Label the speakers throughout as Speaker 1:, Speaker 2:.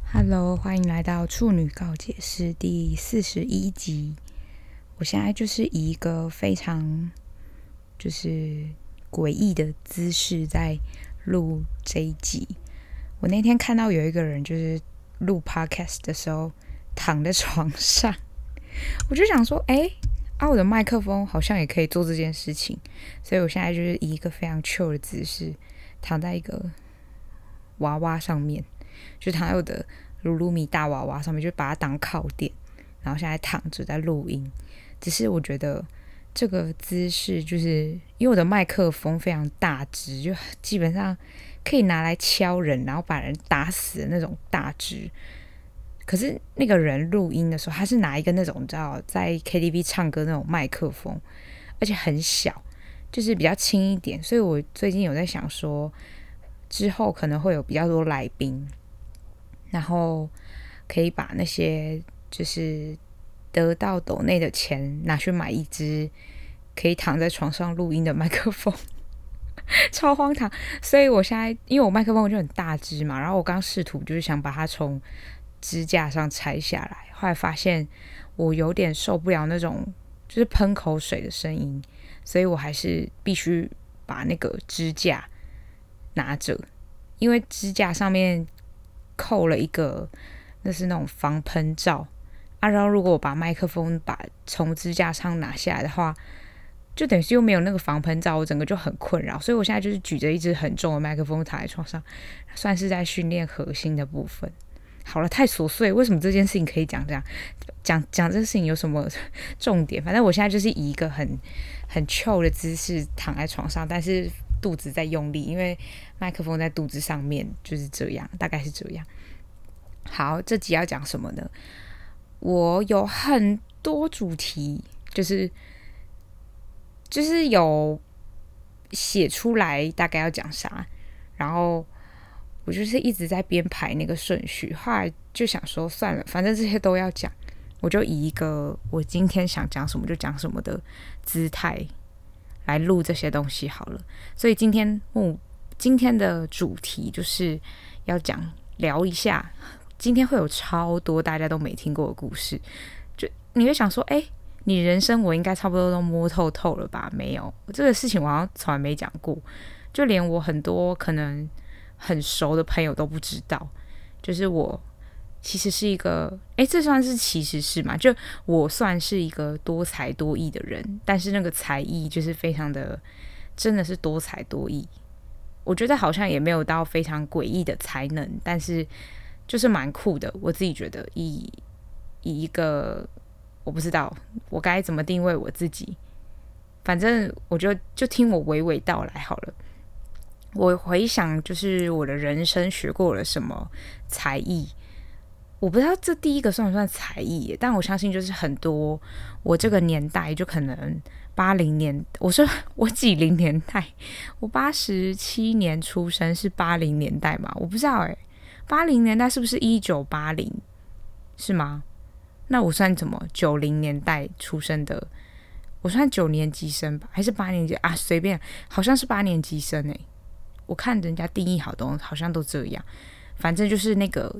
Speaker 1: Hello，欢迎来到处女告解室第41集。我现在就是以一个非常诡异的姿势在录这一集。我那天看到有一个人就是录 podcast 的时候躺在床上，我就想说，我的麦克风好像也可以做这件事情，所以我现在就是以一个非常 chill 的姿势躺在一个娃娃上面，就躺在我的鲁鲁米大娃娃上面，就把它当靠垫，然后现在躺着在录音。只是我觉得这个姿势就是因为我的麦克风非常大只，就基本上可以拿来敲人，然后把人打死的那种大只。可是那个人录音的时候，他是拿一个那种你知道在 KTV 唱歌那种麦克风，而且很小，就是比较轻一点。所以我最近有在想说，之后可能会有比较多来宾，然后可以把那些就是得到抖内的钱拿去买一支可以躺在床上录音的麦克风，超荒唐。所以我现在因为我麦克风就很大支嘛，然后我刚试图就是想把它从支架上拆下来，后来发现我有点受不了那种就是喷口水的声音，所以我还是必须把那个支架拿着，因为支架上面扣了一个那是那种防喷罩啊，然后如果我把麦克风从支架上拿下来的话，就等于是又没有那个防喷罩，我整个就很困扰。所以我现在就是举着一支很重的麦克风躺在床上，算是在训练核心的部分。好了，太琐碎，为什么这件事情可以讲这样？讲这件事情有什么重点？反正我现在就是以一个很 chill 的姿势躺在床上，但是肚子在用力，因为麦克风在肚子上面，就是这样，大概是这样。好，这集要讲什么呢？我有很多主题，就是有写出来大概要讲啥，然后我就是一直在编排那个顺序，后来就想说算了，反正这些都要讲，我就以一个我今天想讲什么就讲什么的姿态来录这些东西好了。所以今天的主题就是要聊一下，今天会有超多大家都没听过的故事，就你会想说，你人生我应该差不多都摸透透了吧？没有，这个事情我好像从来没讲过，就连我很多可能很熟的朋友都不知道，就是我其实是一个，这算是其实是嘛？就我算是一个多才多艺的人，但是那个才艺就是非常的，真的是多才多艺。我觉得好像也没有到非常诡异的才能，但是就是蛮酷的。我自己觉得以一个我不知道我该怎么定位我自己，反正我就听我娓娓道来好了。我回想就是我的人生学过了什么才艺，我不知道这第一个算不算才艺耶，但我相信就是很多我这个年代就可能80年，我说我几零年代，我87年出生是80年代嘛？我不知道80年代是不是1980是吗？那我算什么？90年代出生的，我算9年级生吧，还是8年级啊？随便，好像是8年级生我看人家定义好像都这样，反正就是那个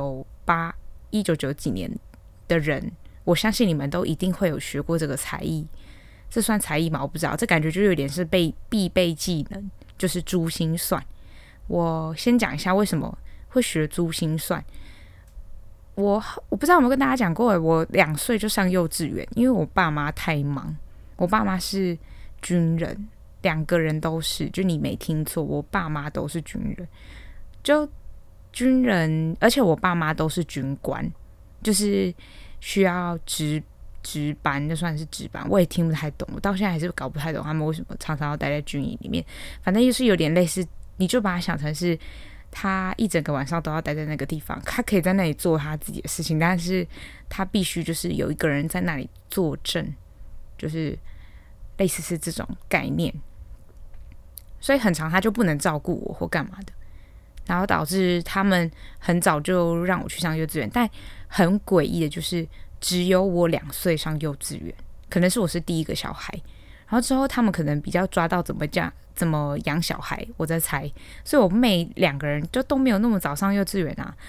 Speaker 1: 1990几年的人，我相信你们都一定会有学过这个才艺。这算才艺吗？我不知道，这感觉就有点是必备技能，就是珠心算。我先讲一下为什么会学珠心算。我不知道有没有跟大家讲过，我2岁就上幼稚园，因为我爸妈太忙。我爸妈是军人，2个人都是，就你没听错，我爸妈都是军人。就军人，而且我爸妈都是军官，就是需要值班，就算是值班，我也听不太懂，我到现在还是搞不太懂他们为什么常常要待在军营里面。反正就是有点类似，你就把它想成是他一整个晚上都要待在那个地方，他可以在那里做他自己的事情，但是他必须就是有一个人在那里坐镇，就是类似是这种概念。所以很常他就不能照顾我或干嘛的，然后导致他们很早就让我去上幼稚园。但很诡异的就是只有我2岁上幼稚园，可能是我是第一个小孩，然后之后他们可能比较抓到怎么养小孩，我在猜。所以我妹2个人就都没有那么早上幼稚园啊。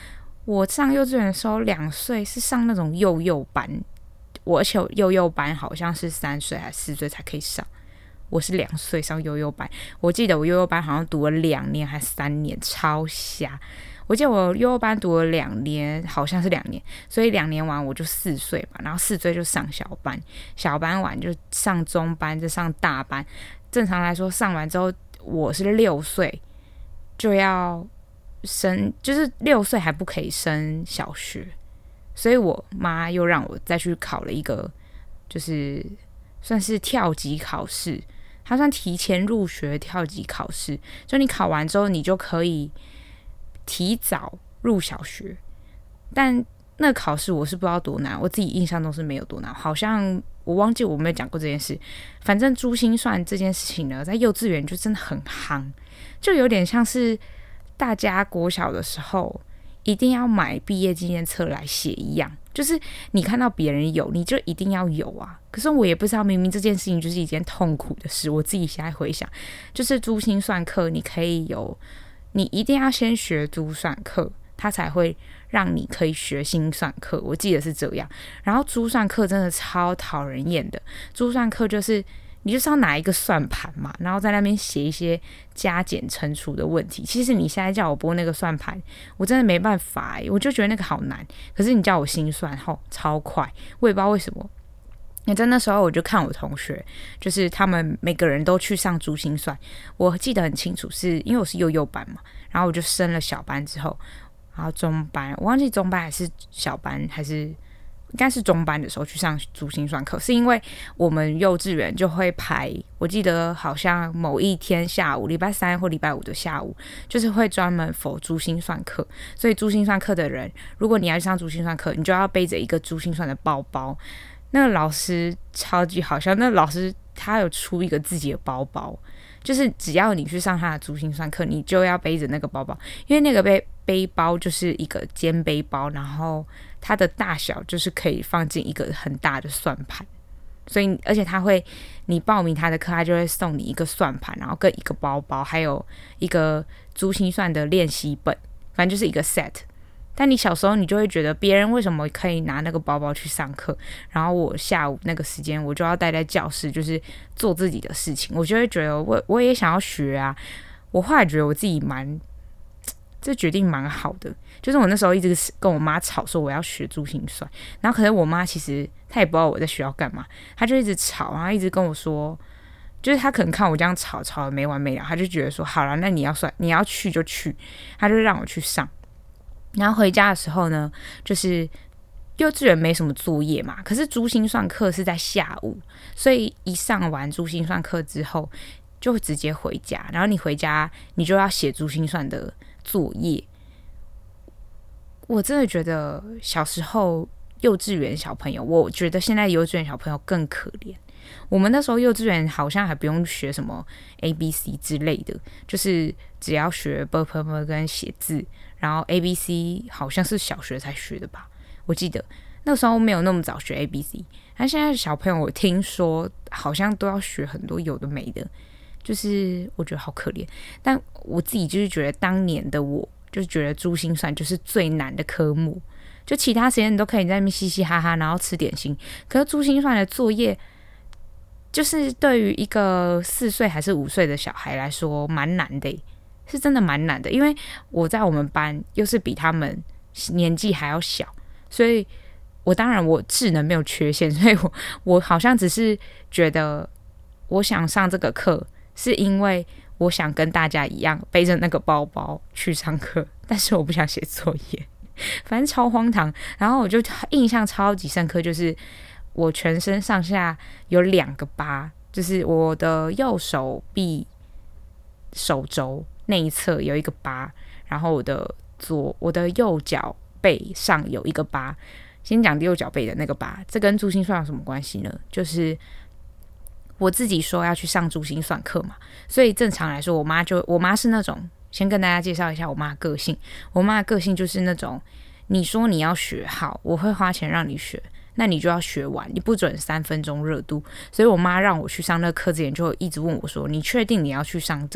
Speaker 1: 我上幼稚园的时候2岁是上那种幼幼班，而且幼幼班好像是3岁还是4岁才可以上，我是2岁上幼幼班。我记得我幼幼班好像读了2年还3年，超瞎。我记得我幼幼班读了2年，好像是2年，所以2年完我就4岁嘛，然后4岁就上小班，小班完就上中班，再上大班。正常来说，上完之后我是6岁就要升，就是6岁还不可以升小学，所以我妈又让我再去考了一个，就是算是跳级考试，它算提前入学跳级考试，就你考完之后，你就可以提早入小学。但那个考试我是不知道多难，我自己印象中是没有多难，好像我忘记我没有讲过这件事。反正珠心算这件事情呢，在幼稚园就真的很夯，就有点像是大家国小的时候一定要买毕业纪念册来写一样，就是你看到别人有，你就一定要有啊。可是我也不知道，明明这件事情就是一件痛苦的事。我自己现在回想，就是珠心算课，你可以有，你一定要先学珠算课，它才会让你可以学心算课，我记得是这样。然后珠算课真的超讨人厌的，珠算课就是你就是要拿一个算盘嘛，然后在那边写一些加减乘除的问题。其实你现在叫我拨那个算盘，我真的没办法我就觉得那个好难。可是你叫我心算超快，我也不知道为什么。在那时候我就看我同学，就是他们每个人都去上珠心算。我记得很清楚，是因为我是幼幼班嘛，然后我就升了小班之后，然后中班，我忘记中班还是小班，还是应该是中班的时候去上珠心算课，是因为我们幼稚园就会排，我记得好像某一天下午，礼拜3或礼拜5的下午，就是会专门 for 珠心算课。所以珠心算课的人，如果你要去上珠心算课，你就要背着一个珠心算的包包。那个老师超级好笑，那个老师他有出一个自己的包包，就是只要你去上他的珠心算课，你就要背着那个包包，因为那个背包就是一个肩背包，然后它的大小就是可以放进一个很大的算盘。所以而且他会，你报名他的课，他就会送你一个算盘，然后跟一个包包，还有一个珠心算的练习本，反正就是一个 set。但你小时候你就会觉得别人为什么可以拿那个包包去上课，然后我下午那个时间我就要待在教室，就是做自己的事情。我就会觉得我也想要学啊。我后来觉得我自己这决定蛮好的，就是我那时候一直跟我妈吵说我要学珠心算，然后可是我妈其实她也不知道我在学校干嘛，她就一直吵，然后一直跟我说，就是她可能看我这样吵得没完没了，她就觉得说好了，那你要去就去，她就让我去上。然后回家的时候呢，就是幼稚园没什么作业嘛，可是珠心算课是在下午，所以一上完珠心算课之后就直接回家，然后你回家你就要写珠心算的作业。我真的觉得小时候幼稚园小朋友，我觉得现在幼稚园小朋友更可怜。我们那时候幼稚园好像还不用学什么 ABC 之类的，就是只要学 b p m 跟写字，然后 ABC 好像是小学才学的吧，我记得那时候没有那么早学 ABC。但现在小朋友我听说好像都要学很多有的没的，就是我觉得好可怜。但我自己就是觉得当年的我就是觉得珠心算就是最难的科目，就其他时间你都可以在那边嘻嘻哈哈然后吃点心，可是珠心算的作业就是对于一个4岁还是5岁的小孩来说蛮难的，是真的蛮难的。因为我在我们班又是比他们年纪还要小，所以我当然我智能没有缺陷，所以我好像只是觉得我想上这个课是因为我想跟大家一样背着那个包包去上课，但是我不想写作业，反正超荒唐。然后我就印象超级深刻，就是我全身上下有2个疤，就是我的右手臂手肘那一侧有一个疤，然后我的右脚背上有一个疤。先讲右脚背的那个疤，这跟珠心算有什么关系呢？就是我自己说要去上珠心算课嘛，所以正常来说，我妈是那种，先跟大家介绍一下我妈的个性。我妈的个性就是那种，你说你要学好，我会花钱让你学，那你就要学完，你不准3分钟热度。所以我妈让我去上那个课之前，就一直问我说：“你确定你要去上这个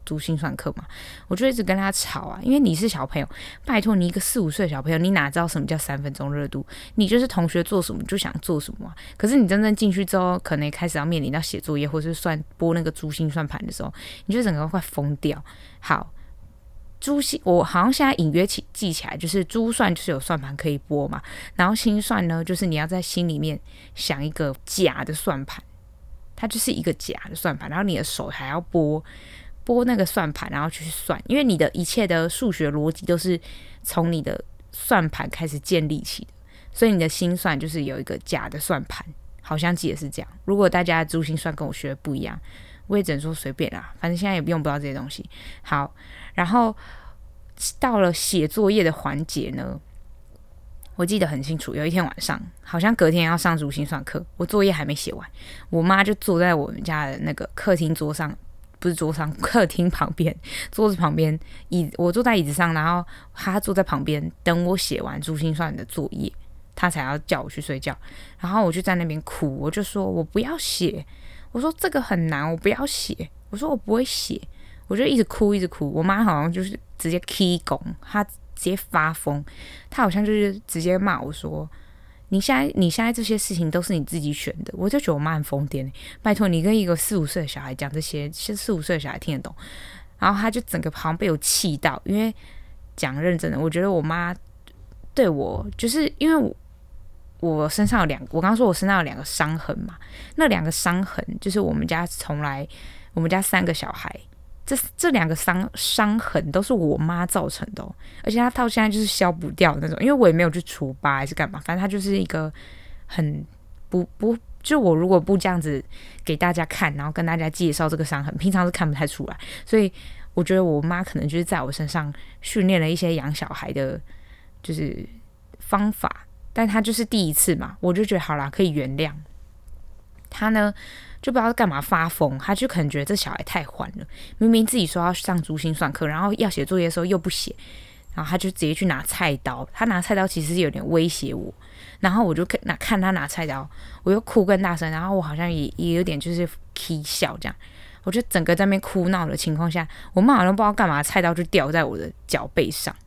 Speaker 1: 珠心算课嘛，我就一直跟他吵啊，因为你是小朋友，拜托你一个4、5岁的小朋友，你哪知道什么叫3分钟热度？你就是同学做什么就想做什么啊。可是你真正进去之后，可能开始要面临到写作业或是拨那个珠心算盘的时候，你就整个快疯掉。好。珠心，我好像现在隐约记起来，就是珠算就是有算盘可以拨嘛，然后心算呢，就是你要在心里面想一个假的算盘，它就是一个假的算盘，然后你的手还要拨那个算盘，然后去算，因为你的一切的数学逻辑都是从你的算盘开始建立起的，所以你的心算就是有一个假的算盘，好像记得是这样。如果大家的珠心算跟我学的不一样，我也只能说随便啦，反正现在也用不到这些东西。好，然后到了写作业的环节呢，我记得很清楚，有一天晚上，好像隔天要上珠心算课，我作业还没写完，我妈就坐在我们家的那个客厅桌上，不是桌上，客厅旁边，桌子旁边，我坐在椅子上，然后她坐在旁边等我写完珠心算的作业，她才要叫我去睡觉。然后我就在那边哭，我就说我不要写，我说这个很难，我不要写，我说我不会写，我就一直哭一直哭。我妈好像就是直接起拱，她直接发疯，她好像就是直接骂我说你现在这些事情都是你自己选的。我就觉得我妈很疯癫，拜托你跟一个4、5岁的小孩讲这些，4、5岁的小孩听得懂？然后她就整个好像被我气到，因为讲认真的，我觉得我妈对我就是因为我身上有我刚刚说我身上有2个伤痕嘛，那2个伤痕就是我们家3个小孩，这2个伤痕都是我妈造成的而且她到现在就是消不掉的那种，因为我也没有去除疤还是干嘛，反正她就是一个很不，就我如果不这样子给大家看，然后跟大家介绍这个伤痕，平常是看不太出来，所以我觉得我妈可能就是在我身上训练了一些养小孩的，就是方法。但他就是第一次嘛，我就觉得好啦，可以原谅他呢，就不知道干嘛发疯，他就可能觉得这小孩太欢了，明明自己说要上珠心算课，然后要写作业的时候又不写，然后他就直接去拿菜刀，他拿菜刀其实是有点威胁我，然后我就看他拿菜刀，我又哭更大声，然后我好像也有点就是起笑这样，我就整个在那边哭闹的情况下，我妈好像不知道干嘛，菜刀就掉在我的脚背上，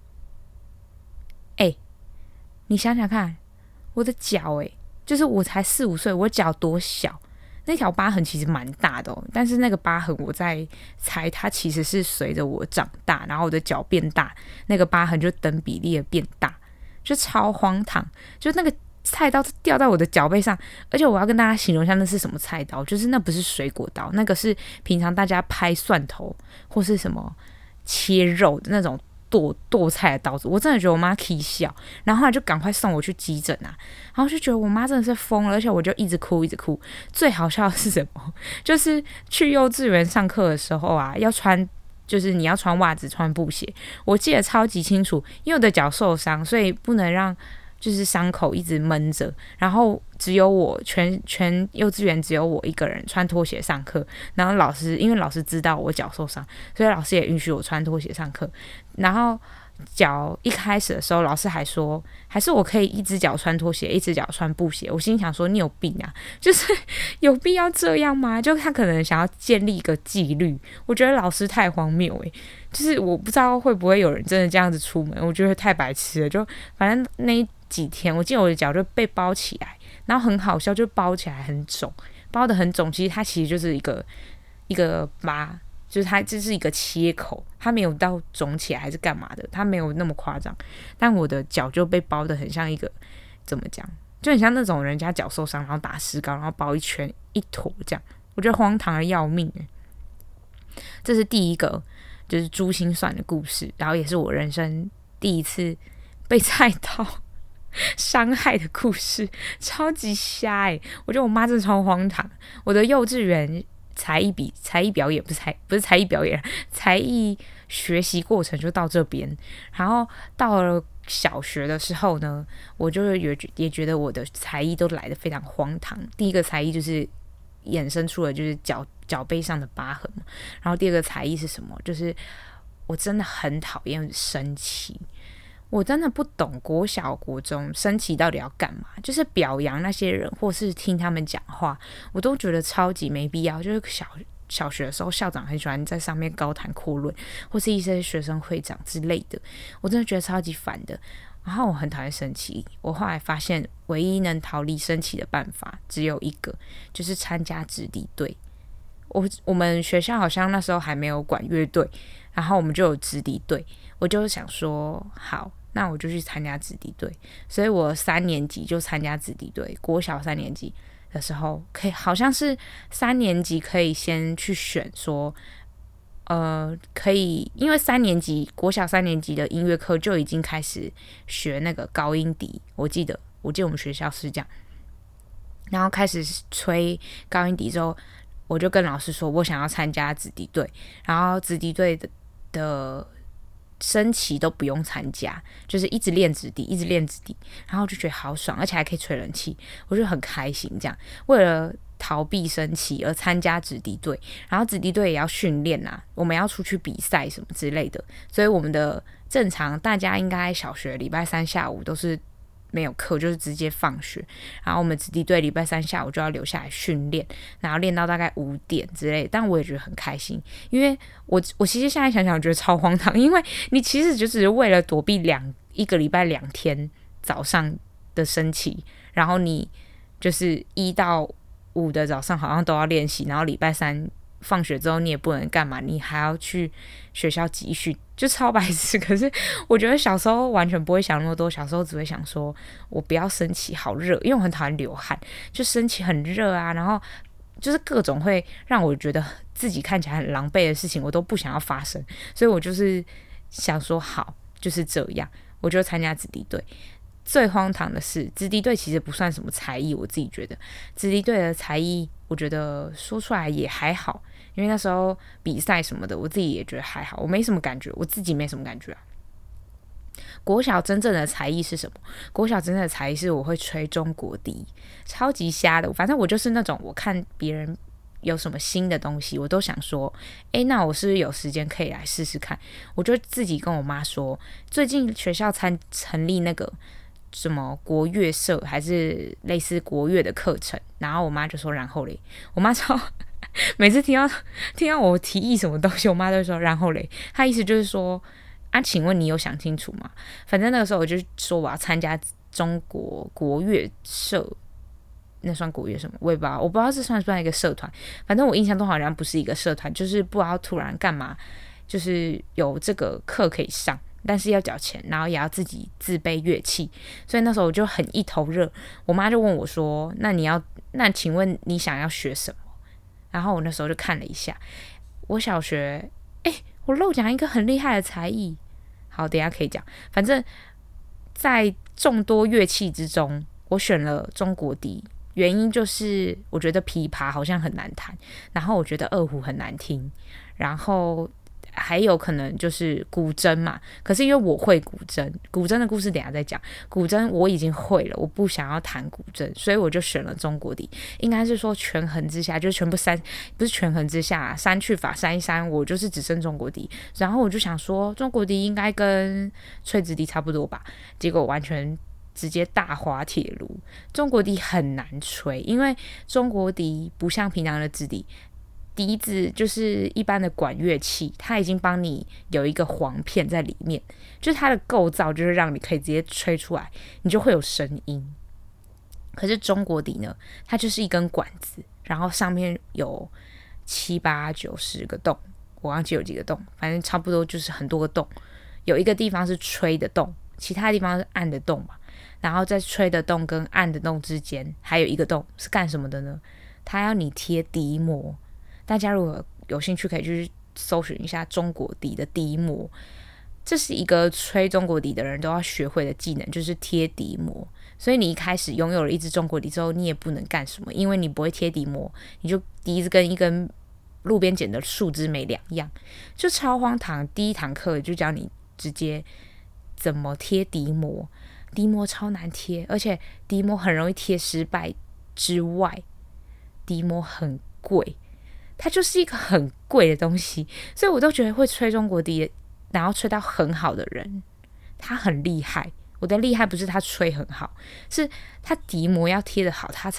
Speaker 1: 你想想看，我的脚就是我才4、5岁，我脚多小，那条疤痕其实蛮大的但是那个疤痕我在猜，它其实是随着我长大，然后我的脚变大，那个疤痕就等比例的变大，就超荒唐，就那个菜刀掉在我的脚背上，而且我要跟大家形容一下那是什么菜刀，就是那不是水果刀，那个是平常大家拍蒜头或是什么切肉的那种剁菜的刀子，我真的觉得我妈起笑，然后后来就赶快送我去急诊啊，然后就觉得我妈真的是疯了，而且我就一直哭一直哭。最好笑的是什么？就是去幼稚园上课的时候啊，就是你要穿袜子穿布鞋，我记得超级清楚，因为我的脚受伤，所以不能让就是伤口一直闷着，然后只有我全幼稚园只有我一个人穿拖鞋上课，然后因为老师知道我脚受伤，所以老师也允许我穿拖鞋上课。然后脚一开始的时候，老师还说，还是我可以一只脚穿拖鞋，一只脚穿布鞋。我心想说，你有病啊！就是有必要这样吗？就他可能想要建立一个纪律，我觉得老师太荒谬就是我不知道会不会有人真的这样子出门，我觉得太白痴了。就反正那几天，我记得我的脚就被包起来，然后很好笑，就包起来很肿，包得很肿。其实它其实就是一个疤，就是它就是一个切口，它没有到肿起来还是干嘛的，它没有那么夸张。但我的脚就被包得很像一个怎么讲，就很像那种人家脚受伤然后打石膏，然后包一圈一坨这样，我觉得荒唐的要命这是第一个就是珠心算的故事，然后也是我人生第一次被菜刀伤害的故事，超级瞎我觉得我妈真的超荒唐。我的幼稚园才艺表演不是才艺表演，才艺学习过程就到这边。然后到了小学的时候呢，我就也觉得我的才艺都来得非常荒唐。第一个才艺就是衍生出了就是脚背上的疤痕嘛。然后第二个才艺是什么？就是我真的很讨厌升旗。我真的不懂国小国中升旗到底要干嘛，就是表扬那些人或是听他们讲话，我都觉得超级没必要。就是小学的时候校长很喜欢在上面高谈阔论，或是一些学生会长之类的，我真的觉得超级烦的。然后我很讨厌升旗，我后来发现唯一能逃离升旗的办法只有一个，就是参加子弟队。我们学校好像那时候还没有管乐队，然后我们就有子弟队，我就想说好，那我就去参加子弟队。所以我3年级就参加子弟队，国小3年级的时候可以，好像是3年级可以先去选说可以，因为国小3年级的音乐课就已经开始学那个高音笛，我记得我们学校是这样，然后开始吹高音笛之后，我就跟老师说我想要参加子弟队，然后子弟队的升旗都不用参加，就是一直练子笛，一直练子笛，然后就觉得好爽，而且还可以吹冷气，我就很开心。这样为了逃避升旗而参加子弟队，然后子弟队也要训练啊，我们要出去比赛什么之类的，所以我们的正常大家应该小学礼拜3下午都是没有课，就是直接放学，然后我们子弟队礼拜3下午就要留下来训练，然后练到大概5点之类的，但我也觉得很开心，因为我其实现在想想我觉得超荒唐，因为你其实就只是为了躲避一个礼拜2天早上的升旗，然后你就是1到5的早上好像都要练习，然后礼拜3放学之后你也不能干嘛，你还要去学校集训，就超白痴。可是我觉得小时候完全不会想那么多，小时候只会想说我不要升旗好热，因为我很讨厌流汗，就升旗很热啊，然后就是各种会让我觉得自己看起来很狼狈的事情我都不想要发生，所以我就是想说好就是这样，我就参加子弟队。最荒唐的是子弟队其实不算什么才艺，我自己觉得子弟队的才艺我觉得说出来也还好，因为那时候比赛什么的我自己也觉得还好，我没什么感觉，我自己没什么感觉啊。国小真正的才艺是什么？国小真正的才艺是我会吹中国笛，超级瞎的。反正我就是那种我看别人有什么新的东西我都想说那我是不是有时间可以来试试看，我就自己跟我妈说最近学校成立那个什么国乐社还是类似国乐的课程，然后我妈就说然后嘞，我妈超每次听到我提议什么东西，我妈都会说然后嘞，她意思就是说请问你有想清楚吗？反正那个时候我就说我要参加中国国乐社，那算国乐什么我也不知道，我不知道这算不算一个社团，反正我印象中好像不是一个社团，就是不知道突然干嘛，就是有这个课可以上，但是要缴钱，然后也要自己自备乐器，所以那时候我就很一头热。我妈就问我说那请问你想要学什么？然后我那时候就看了一下，我小学我漏讲一个很厉害的才艺，好等一下可以讲。反正在众多乐器之中我选了中国笛，原因就是我觉得琵琶好像很难弹，然后我觉得二胡很难听，然后还有可能就是古筝嘛，可是因为我会古筝的故事等一下再讲，古筝我已经会了，我不想要弹古筝，所以我就选了中国笛。应该是说权衡之下，就是全部不是权衡之下，删去法删一删，我就是只剩中国笛。然后我就想说中国笛应该跟吹子笛差不多吧，结果完全直接大滑铁卢。中国笛很难吹，因为中国笛不像平常的子笛，笛子就是一般的管乐器，它已经帮你有一个簧片在里面，就是它的构造就是让你可以直接吹出来，你就会有声音。可是中国笛呢，它就是一根管子，然后上面有7、8、9、10个洞，我忘记有几个洞，反正差不多就是很多个洞，有一个地方是吹的洞，其他地方是按的洞嘛，然后在吹的洞跟按的洞之间还有一个洞是干什么的呢？它要你贴笛膜。大家如果有兴趣可以去搜寻一下中国笛的笛膜，这是一个吹中国笛的人都要学会的技能，就是贴笛膜。所以你一开始拥有了一支中国笛之后，你也不能干什么，因为你不会贴笛膜，你就笛子跟一根路边捡的树枝没两样，就超荒唐。第一堂课就教你直接怎么贴笛膜，笛膜超难贴，而且笛膜很容易贴失败之外，笛膜很贵，它就是一个很贵的东西，所以我都觉得会吹中国笛然后吹到很好的人他很厉害。我的厉害不是他吹很好，是他笛膜要贴得好他才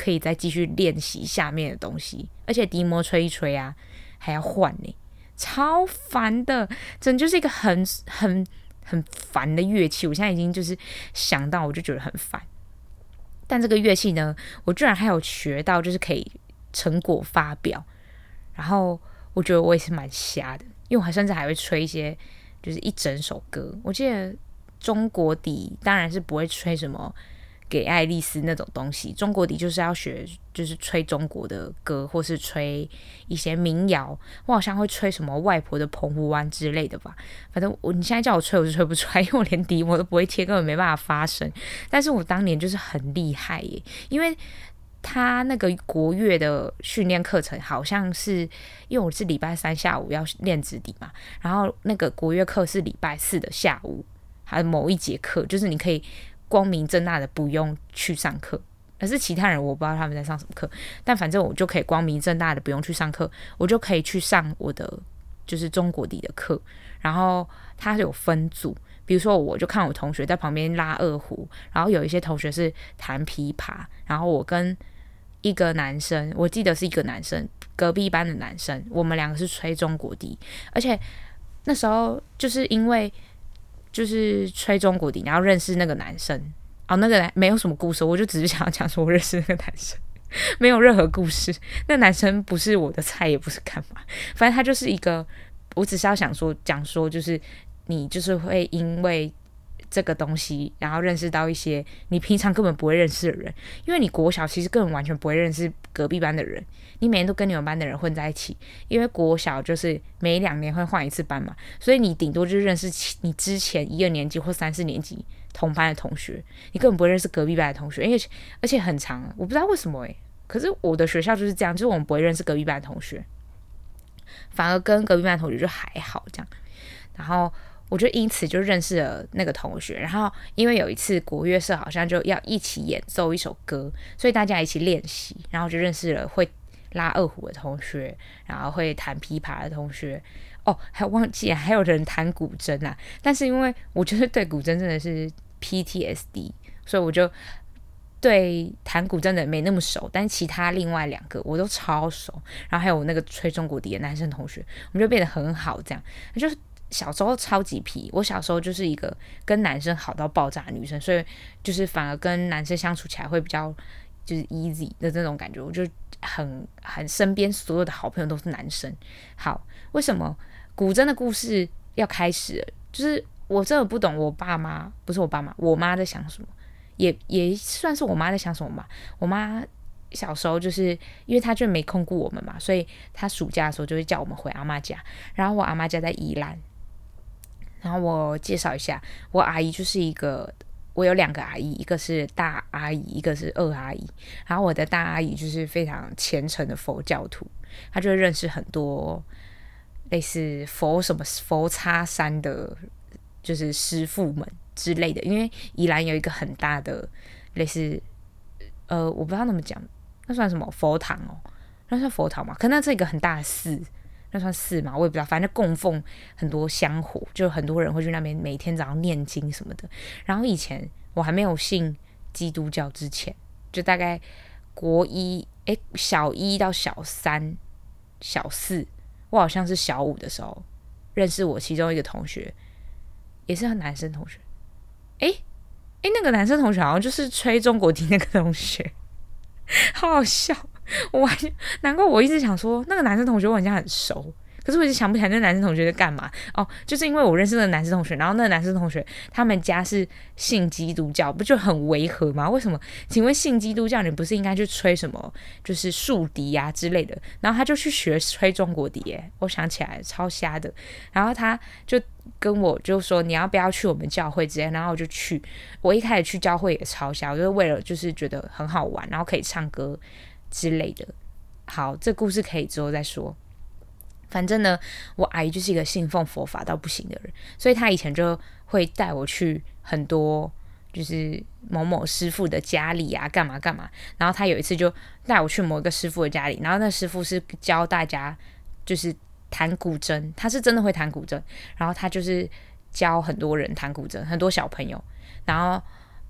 Speaker 1: 可以再继续练习下面的东西，而且笛膜吹一吹啊，还要换呢，超烦的，真就是一个很烦的乐器。我现在已经就是想到我就觉得很烦。但这个乐器呢，我居然还有学到，就是可以成果发表，然后我觉得我也是蛮瞎的，因为我甚至还会吹一些就是一整首歌。我记得中国笛当然是不会吹什么给爱丽丝那种东西，中国笛就是要学就是吹中国的歌，或是吹一些民谣。我好像会吹什么外婆的澎湖湾之类的吧，反正你现在叫我吹我就吹不出来，因为我连笛我都不会贴，根本没办法发声。但是我当年就是很厉害耶，因为他那个国乐的训练课程好像是，因为我是礼拜三下午要练直笛嘛，然后那个国乐课是礼拜四的下午，还有某一节课，就是你可以光明正大的不用去上课，可是其他人我不知道他们在上什么课，但反正我就可以光明正大的不用去上课，我就可以去上我的就是中国笛的课。然后它有分组，比如说我就看我同学在旁边拉二胡，然后有一些同学是弹琵琶，然后我跟一个男生，我记得是一个男生，隔壁班的男生，我们两个是吹中国笛，而且那时候就是因为就是吹中国笛，然后认识那个男生。那个没有什么故事，我就只是想要讲说我认识那个男生，没有任何故事。那男生不是我的菜，也不是干嘛，反正他就是一个，我只是要讲说，就是你就是会因为这个东西，然后认识到一些你平常根本不会认识的人，因为你国小其实根本完全不会认识隔壁班的人，你每天都跟你们班的人混在一起，因为国小就是每2年会换一次班嘛，所以你顶多就是认识你之前1、2年级或3、4年级同班的同学，你根本不会认识隔壁班的同学，而且很长，我不知道为什么可是我的学校就是这样，就是我们不会认识隔壁班的同学，反而跟隔壁班的同学就还好这样。然后我就因此就认识了那个同学，然后因为有一次国乐社好像就要一起演奏一首歌，所以大家一起练习，然后就认识了会拉二胡的同学，然后会弹琵琶的同学。还忘记还有人弹古筝啊，但是因为我就是对古筝真的是 PTSD， 所以我就对弹古筝的没那么熟，但其他另外2个我都超熟，然后还有我那个吹中国笛的男生同学，我们就变得很好，这样就是小时候超级皮。我小时候就是一个跟男生好到爆炸的女生，所以就是反而跟男生相处起来会比较就是 easy 的这种感觉，我就很身边所有的好朋友都是男生。好，为什么古筝的故事要开始了？就是我真的不懂我爸妈，不是我爸妈，我妈在想什么，也算是我妈在想什么吧。我妈小时候就是因为她就没空顾我们嘛，所以她暑假的时候就会叫我们回阿嬷家，然后我阿嬷家在宜兰。然后我介绍一下，我阿姨就是我有2个阿姨，一个是大阿姨，一个是二阿姨。然后我的大阿姨就是非常虔诚的佛教徒，她就会认识很多类似什么佛擦山的，就是师父们之类的。因为宜兰有一个很大的类似我不知道怎么讲，那算什么佛堂那算佛堂吗？可那是一个很大的寺，那算寺吗？我也不知道，反正供奉很多香火，就很多人会去那边每天早上念经什么的。然后以前我还没有信基督教之前，就大概小1到小3、小4，我好像是小5的时候认识我其中一个同学，也是男生同学。那个男生同学好像就是吹中国笛那个同学，好好笑。难怪我一直想说那个男生同学我好像很熟，可是我一直想不起来那个男生同学在干嘛。就是因为我认识那个男生同学，然后那个男生同学他们家是信基督教，不就很违和吗？为什么？请问信基督教你不是应该去吹什么就是竖笛啊之类的，然后他就去学吹中国笛我想起来超瞎的。然后他就跟我就说你要不要去我们教会之类，然后我就去。我一开始去教会也超瞎，我就是为了就是觉得很好玩，然后可以唱歌之类的。好，这故事可以之后再说。反正呢，我阿姨就是一个信奉佛法到不行的人，所以她以前就会带我去很多就是某某师傅的家里啊，干嘛干嘛。然后她有一次就带我去某一个师傅的家里，然后那师傅是教大家就是弹古筝，他是真的会弹古筝，然后他就是教很多人弹古筝，很多小朋友。然后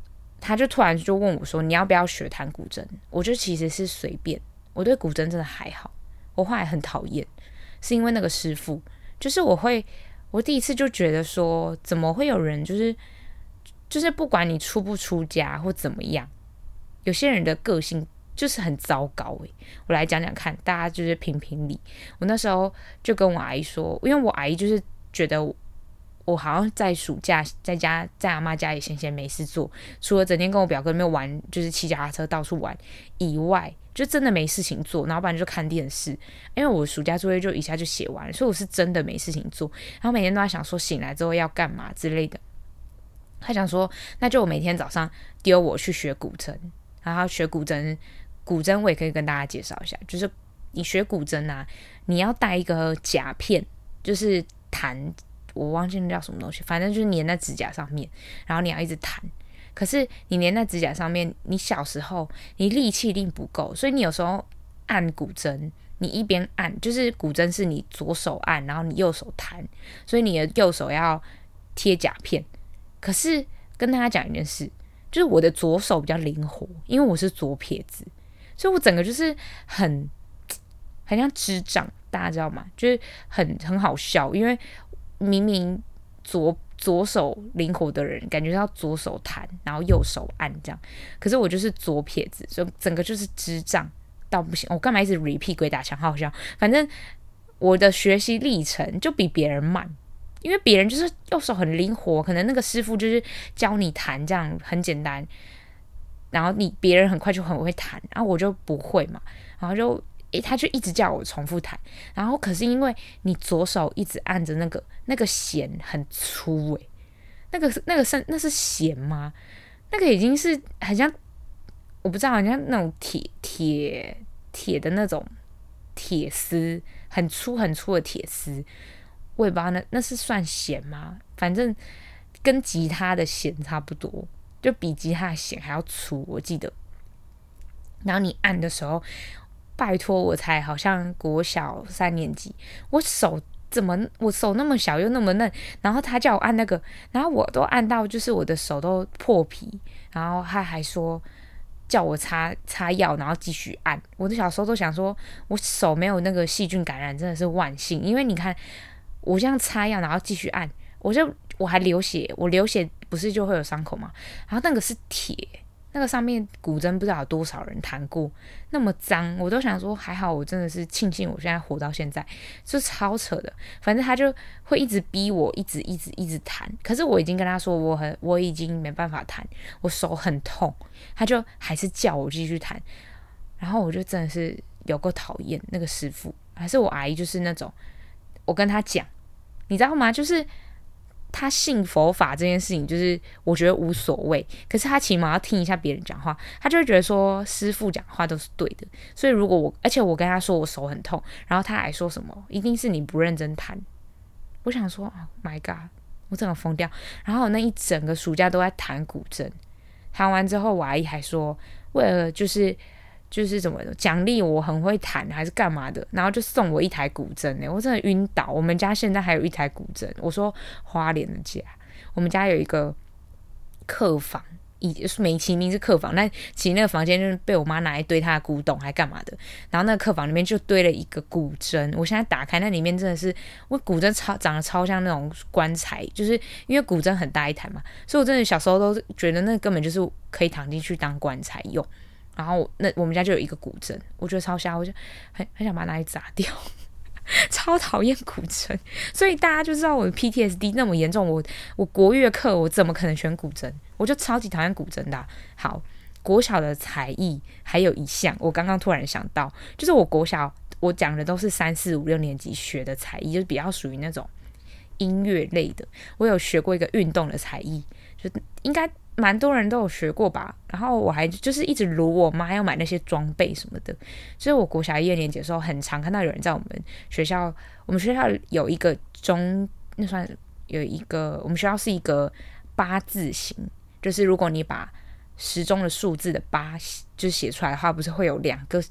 Speaker 1: 他就突然就问我说：“你要不要学弹古筝？”我就其实是随便，我对古筝真的还好。我后来很讨厌，是因为那个师傅，就是我第一次就觉得说，怎么会有人就是不管你出不出家或怎么样，有些人的个性就是很糟糕我来讲讲看，大家就是评评理。我那时候就跟我阿姨说，因为我阿姨就是觉得我好像在暑假在阿嬷家里闲闲没事做，除了整天跟我表哥那边玩，就是骑脚踏车到处玩以外，就真的没事情做，然后不然就看电视。因为我暑假作业就一下就写完了，所以我是真的没事情做，然后每天都在想说醒来之后要干嘛之类的。他想说，那就我每天早上丢我去学古筝，然后学古筝我也可以跟大家介绍一下，就是你学古筝啊，你要带一个夹片，就是弹，我忘记那叫什么东西，反正就是粘在指甲上面，然后你要一直弹。可是你粘在指甲上面，你小时候你力气一定不够，所以你有时候按古筝，你一边按，就是古筝是你左手按，然后你右手弹，所以你的右手要贴夹片。可是跟大家讲一件事，就是我的左手比较灵活，因为我是左撇子，所以我整个就是很像智障，大家知道吗？就是很好笑，因为明明左手灵活的人，感觉要左手弹，然后右手按这样，可是我就是左撇子，所以整个就是智障到不行。我干嘛一直 repeat 鬼打墙，好好笑。反正我的学习历程就比别人慢。因为别人就是右手很灵活，可能那个师傅就是教你弹这样很简单，然后别人很快就很会弹，然后我就不会嘛，然后他就一直叫我重复弹，然后可是因为你左手一直按着那个弦很粗那是弦吗？那个已经是很像，我不知道，很像那种铁的那种铁丝，很粗很粗的铁丝。我也不知道那是算弦吗？反正跟吉他的弦差不多，就比吉他的弦还要粗，我记得。然后你按的时候，拜托我才好像国小3年级，我手那么小又那么嫩，然后他叫我按那个，然后我都按到就是我的手都破皮，然后他还说叫我擦药，然后继续按。我的小时候都想说，我手没有那个细菌感染真的是万幸，因为你看。我这样擦药，然后继续按，我还流血，我流血不是就会有伤口吗？然后那个是铁，那个上面古筝不知道有多少人弹过，那么脏，我都想说还好，我真的是庆幸我现在活到现在，就超扯的。反正他就会一直逼我，一直弹，可是我已经跟他说我已经没办法弹，我手很痛，他就还是叫我继续弹，然后我就真的是有够讨厌那个师傅，还是我阿姨就是那种。我跟他讲，你知道吗？就是他信佛法这件事情，就是我觉得无所谓。可是他起码要听一下别人讲话，他就会觉得说师父讲话都是对的。所以如果而且我跟他说我手很痛，然后他还说什么一定是你不认真弹。我想说 ，Oh my god， 我整个疯掉。然后我那一整个暑假都在弹古筝，弹完之后我阿姨还说，为了就是怎么奖励我很会弹还是干嘛的，然后就送我一台古筝我真的晕倒。我们家现在还有一台古筝，我说花莲的家，我们家有一个客房，美其名是客房，但其实那个房间就是被我妈拿来堆她的古董还干嘛的。然后那个客房里面就堆了一个古筝，我现在打开那里面真的是，我古筝长得超像那种棺材，就是因为古筝很大一台嘛，所以我真的小时候都觉得那根本就是可以躺进去当棺材用。然后我们家就有一个古筝，我觉得超瞎，我就很想把它拿来砸掉，超讨厌古筝。所以大家就知道我的 PTSD 那么严重，我国乐课我怎么可能选古筝？我就超级讨厌古筝的好，国小的才艺还有一项，我刚刚突然想到，就是我国小我讲的都是3、4、5、6年级学的才艺，就是比较属于那种音乐类的。我有学过一个运动的才艺，就应该。蛮多人都有学过吧，然后我还就是一直撸我妈要买那些装备什么的。就是我国小1、2年级的时候，很常看到有人在我们学校有一个那算有一个，我们学校是一个8字形，就是如果你把时钟的数字的8就是写出来的话，不是会有两个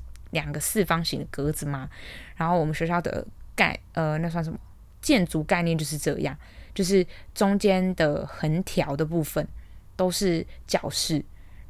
Speaker 1: 4方形的格子吗？然后我们学校的那算什么建筑概念就是这样，就是中间的横条的部分。都是教室，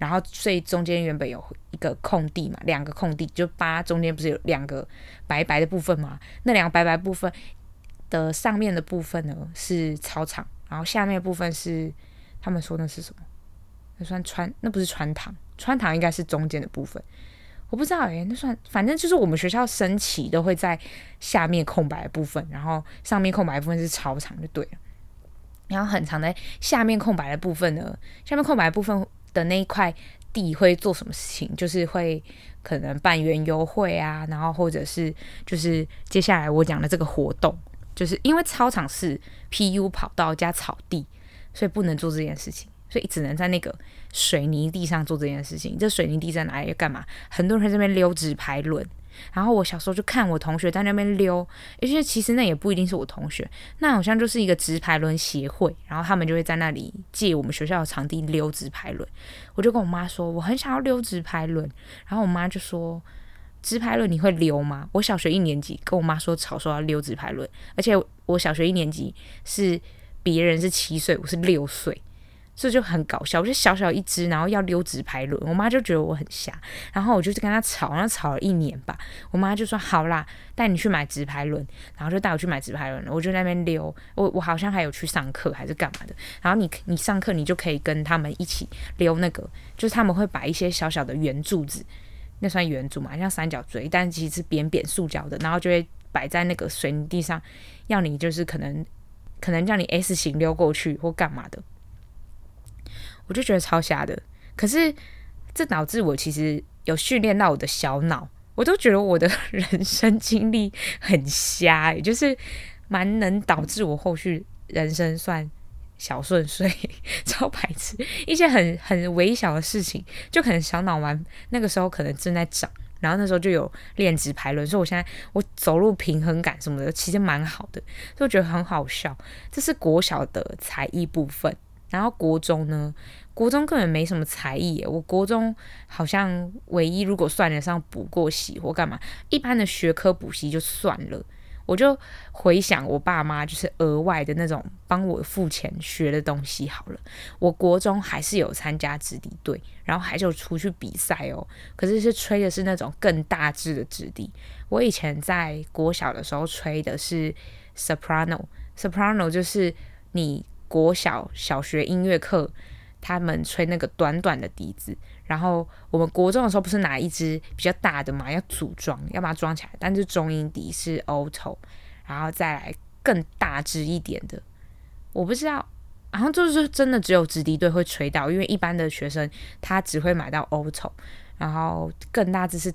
Speaker 1: 然后所以中间原本有一个空地嘛，2个空地，就8中间不是有2个白白的部分吗？那2个白白部分的上面的部分呢是操场，然后下面的部分是他们说那是什么？那不是穿堂，穿堂应该是中间的部分。我不知道那算，反正就是我们学校升旗都会在下面空白的部分，然后上面空白的部分是操场就对了。然后很长的下面空白的部分呢，下面空白的部分的那一块地会做什么事情？就是会可能办园游会啊，然后或者是就是接下来我讲的这个活动，就是因为操场是 PU 跑道加草地，所以不能做这件事情。所以只能在那个水泥地上做这件事情。这水泥地在哪里要干嘛？很多人在这边溜直排轮。然后我小时候就看我同学在那边溜，而且其实那也不一定是我同学，那好像就是一个直排轮协会，然后他们就会在那里借我们学校的场地溜直排轮。我就跟我妈说我很想要溜直排轮，然后我妈就说直排轮你会溜吗？我小学1年级跟我妈说吵说要溜直排轮，而且我小学1年级是别人是7岁，我是6岁。这就很搞笑，我就小小一只，然后要溜直排轮，我妈就觉得我很瞎，然后我就跟她吵，然后吵了1年吧，我妈就说好啦，带你去买直排轮，然后就带我去买直排轮，我就在那边溜，我好像还有去上课还是干嘛的，然后你上课你就可以跟他们一起溜那个，就是他们会摆一些小小的圆柱子，那算圆柱嘛，像三角锥，但其实是扁扁塑胶的，然后就会摆在那个水泥地上，要你就是可能叫你 S 型溜过去或干嘛的。我就觉得超瞎的，可是这导致我其实有训练到我的小脑，我都觉得我的人生经历很瞎就是蛮能导致我后续人生算小顺遂，超白痴，一些很微小的事情，就可能小脑丸那个时候可能正在长，然后那时候就有练直排轮，所以我现在我走路平衡感什么的其实蛮好的，所以我觉得很好笑。这是国小的才艺部分。然后国中呢，国中根本没什么才艺耶，我国中好像唯一如果算得上补过习或干嘛，一般的学科补习就算了。我就回想我爸妈就是额外的那种帮我付钱学的东西好了。我国中还是有参加直笛队，然后还是有出去比赛哦。可是吹的是那种更大支的直笛。我以前在国小的时候吹的是 soprano 就是你国小学音乐课他们吹那个短短的笛子，然后我们国中的时候不是拿一支比较大的嘛，要组装，要把它装起来，但是中音笛是 alto， 然后再来更大支一点的，我不知道，好像就是真的只有直笛队会吹到，因为一般的学生他只会买到 alto， 然后更大支是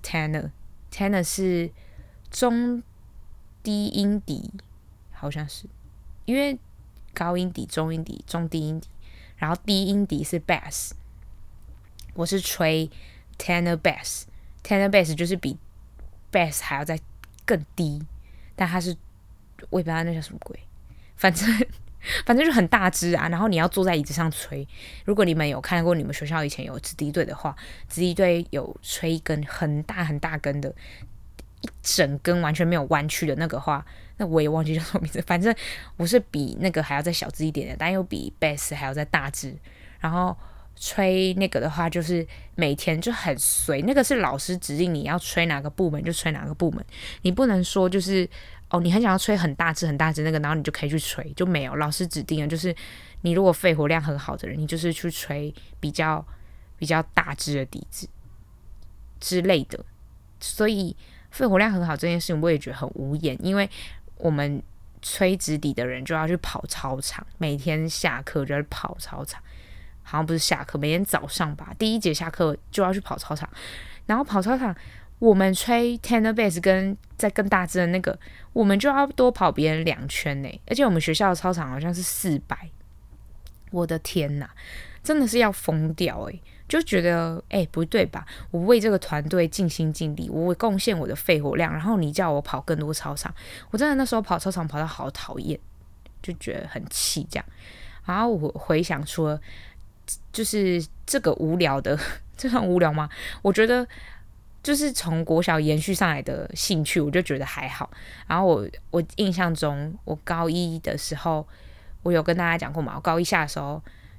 Speaker 1: tenor 是中低音笛，好像是，因为高音笛、中音笛、中低音笛，然后低音笛是 bass。我是吹 tenor bass，tenor bass 就是比 bass 还要再更低，但它是我也不知道那叫什么鬼，反正就很大支啊。然后你要坐在椅子上吹。如果你们有看过你们学校以前有直笛队的话，直笛队有吹一根很大很大根的，一整根完全没有弯曲的那个话，那我也忘记叫什么名字。反正我是比那个还要再小支一点的，但又比 bass 还要再大支。然后吹那个的话，就是每天就很随，那个是老师指定你要吹哪个部门就吹哪个部门，你不能说就是你很想要吹很大支很大支那个，然后你就可以去吹，就没有，老师指定的就是你如果肺活量很好的人，你就是去吹比较大支的笛子之类的。所以肺活量很好这件事情我也觉得很无言，因为我们吹直笛的人就要去跑操场，每天下课就要去跑操场，好像不是下课，每天早上吧，第一节下课就要去跑操场，然后跑操场我们吹 tenor bass 跟再更大支的那个，我们就要多跑别人2圈呢，而且我们学校的操场好像是400，我的天哪，真的是要疯掉就觉得不对吧？我为这个团队尽心尽力，我贡献我的肺活量，然后你叫我跑更多操场，我真的那时候跑操场跑到好讨厌，就觉得很气这样。然后我回想除了就是这个无聊的，这算无聊吗？我觉得就是从国小延续上来的兴趣，我就觉得还好。然后我印象中，我高一的时候，我有跟大家讲过嘛，我高一下的时候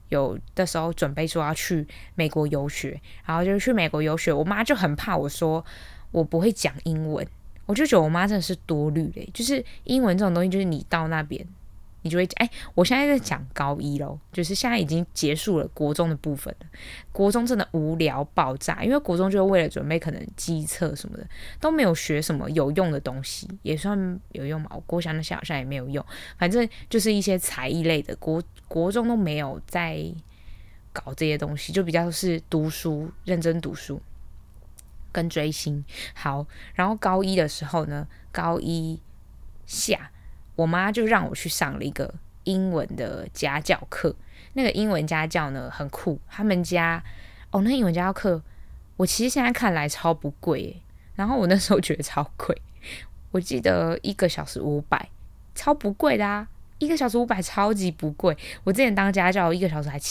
Speaker 1: 有的时候准备说要去美国游学，然后就去美国游学，我妈就很怕我说我不会讲英文，我就觉得我妈真的是多虑嘞，就是英文这种东西，就是你到那边你就会我现在在讲高一咯，就是现在已经结束了国中的部分了。国中真的无聊爆炸，因为国中就为了准备可能基测什么的，都没有学什么有用的东西，也算有用嘛。我国小那些好像也没有用，反正就是一些才艺类的，国中都没有在搞这些东西，就比较是读书，认真读书跟追星。好，然后高一的时候呢，高一下，我妈就让我去上了一个英文的家教课。那个英文家教呢很酷，他们家那英文家教课，我其实现在看来超不贵耶，然后我那时候觉得超贵，我记得1个小时500，超不贵的啊，1个小时500超级不贵。我之前当家教1个小时还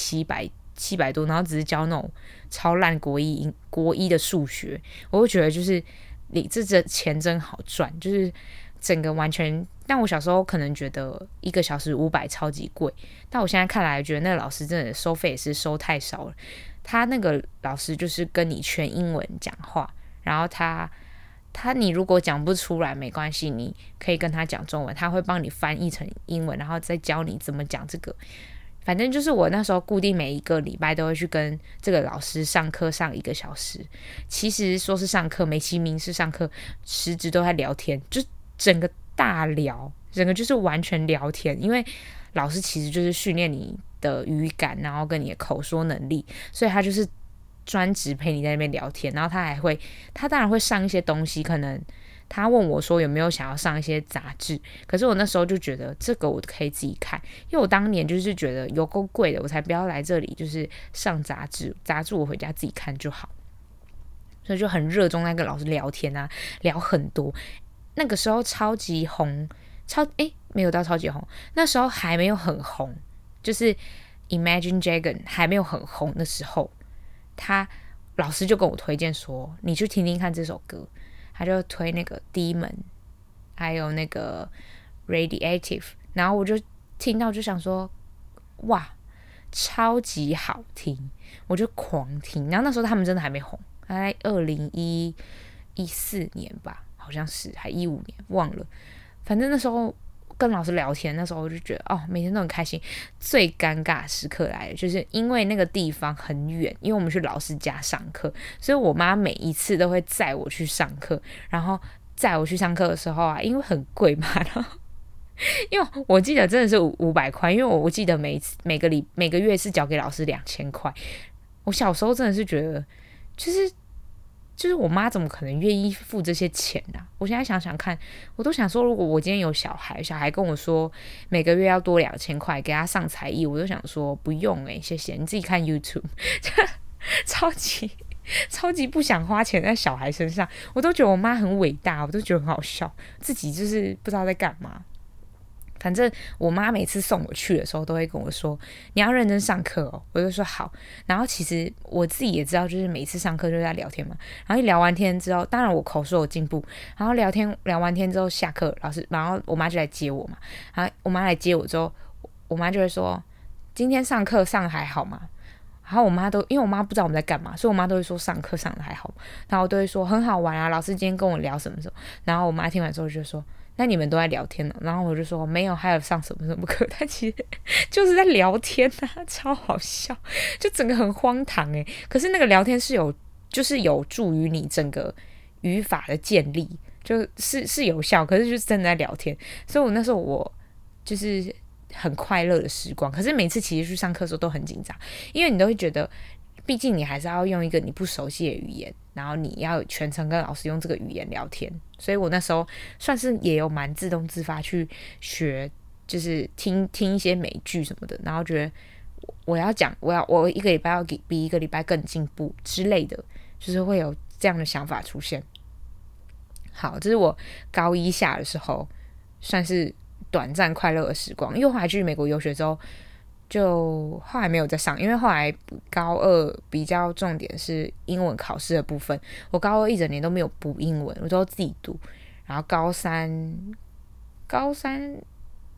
Speaker 1: 700多，然后只是教那种超烂国一的数学，我会觉得就是你这钱真好赚，就是整个完全。但我小时候可能觉得1个小时500超级贵，但我现在看来觉得那个老师真的收费也是收太少了。他那个老师就是跟你全英文讲话，然后他你如果讲不出来没关系，你可以跟他讲中文，他会帮你翻译成英文，然后再教你怎么讲这个。反正就是我那时候固定每一个礼拜都会去跟这个老师上课上1个小时，其实说是上课，美其名是上课，实质都在聊天，就整个大聊，整个就是完全聊天，因为老师其实就是训练你的语感，然后跟你的口说能力，所以他就是专职陪你在那边聊天，然后他当然会上一些东西，可能他问我说有没有想要上一些杂志，可是我那时候就觉得这个我可以自己看，因为我当年就是觉得有够贵的，我才不要来这里就是上杂志我回家自己看就好，所以就很热衷在跟老师聊天啊，聊很多。那个时候超级红，没有到超级红，那时候还没有很红，就是 Imagine Dragon 还没有很红的时候，老师就跟我推荐说，你去听听看这首歌，他就推那个 Demon 还有那个 Radioactive， 然后我就听到就想说哇超级好听，我就狂听。然后那时候他们真的还没红，大概2014年吧，好像是还15年忘了，反正那时候跟老师聊天，那时候我就觉得每天都很开心。最尴尬的时刻来了，就是因为那个地方很远，因为我们去老师家上课，所以我妈每一次都会载我去上课。然后载我去上课的时候啊，因为很贵嘛，然后因为我记得真的是500块，因为我记得每个月是交给老师2000块。我小时候真的是觉得，就是我妈怎么可能愿意付这些钱啊？我现在想想看，我都想说，如果我今天有小孩跟我说每个月要多2000块给他上才艺，我都想说不用谢谢，你自己看 YouTube， 超级不想花钱在小孩身上。我都觉得我妈很伟大，我都觉得很好笑，自己就是不知道在干嘛。反正我妈每次送我去的时候都会跟我说你要认真上课哦，我就说好。然后其实我自己也知道，就是每次上课就在聊天嘛，然后一聊完天之后，当然我口说有进步，然后聊完天之后下课，然后我妈就来接我嘛，然后我妈来接我之后，我妈就会说今天上课上还好吗？然后因为我妈不知道我们在干嘛，所以我妈都会说上课上的还好，然后我都会说很好玩啊，老师今天跟我聊什么什么。然后我妈听完之后就说那你们都在聊天呢？然后我就说没有，还有上什么什么课，但其实就是在聊天啊，超好笑，就整个很荒唐可是那个聊天就是有助于你整个语法的建立，就是有效，可是就是真的在聊天。所以我那时候我就是很快乐的时光。可是每次其实去上课的时候都很紧张，因为你都会觉得毕竟你还是要用一个你不熟悉的语言，然后你要全程跟老师用这个语言聊天。所以我那时候算是也有蛮自动自发去学，就是听一些美剧什么的，然后觉得我一个礼拜要比一个礼拜更进步之类的，就是会有这样的想法出现。好，这是我高一下的时候算是短暂快乐的时光。因为后来去美国游学之后，就后来没有再上，因为后来高二比较重点是英文考试的部分，我高二一整年都没有补英文，我都自己读。然后高三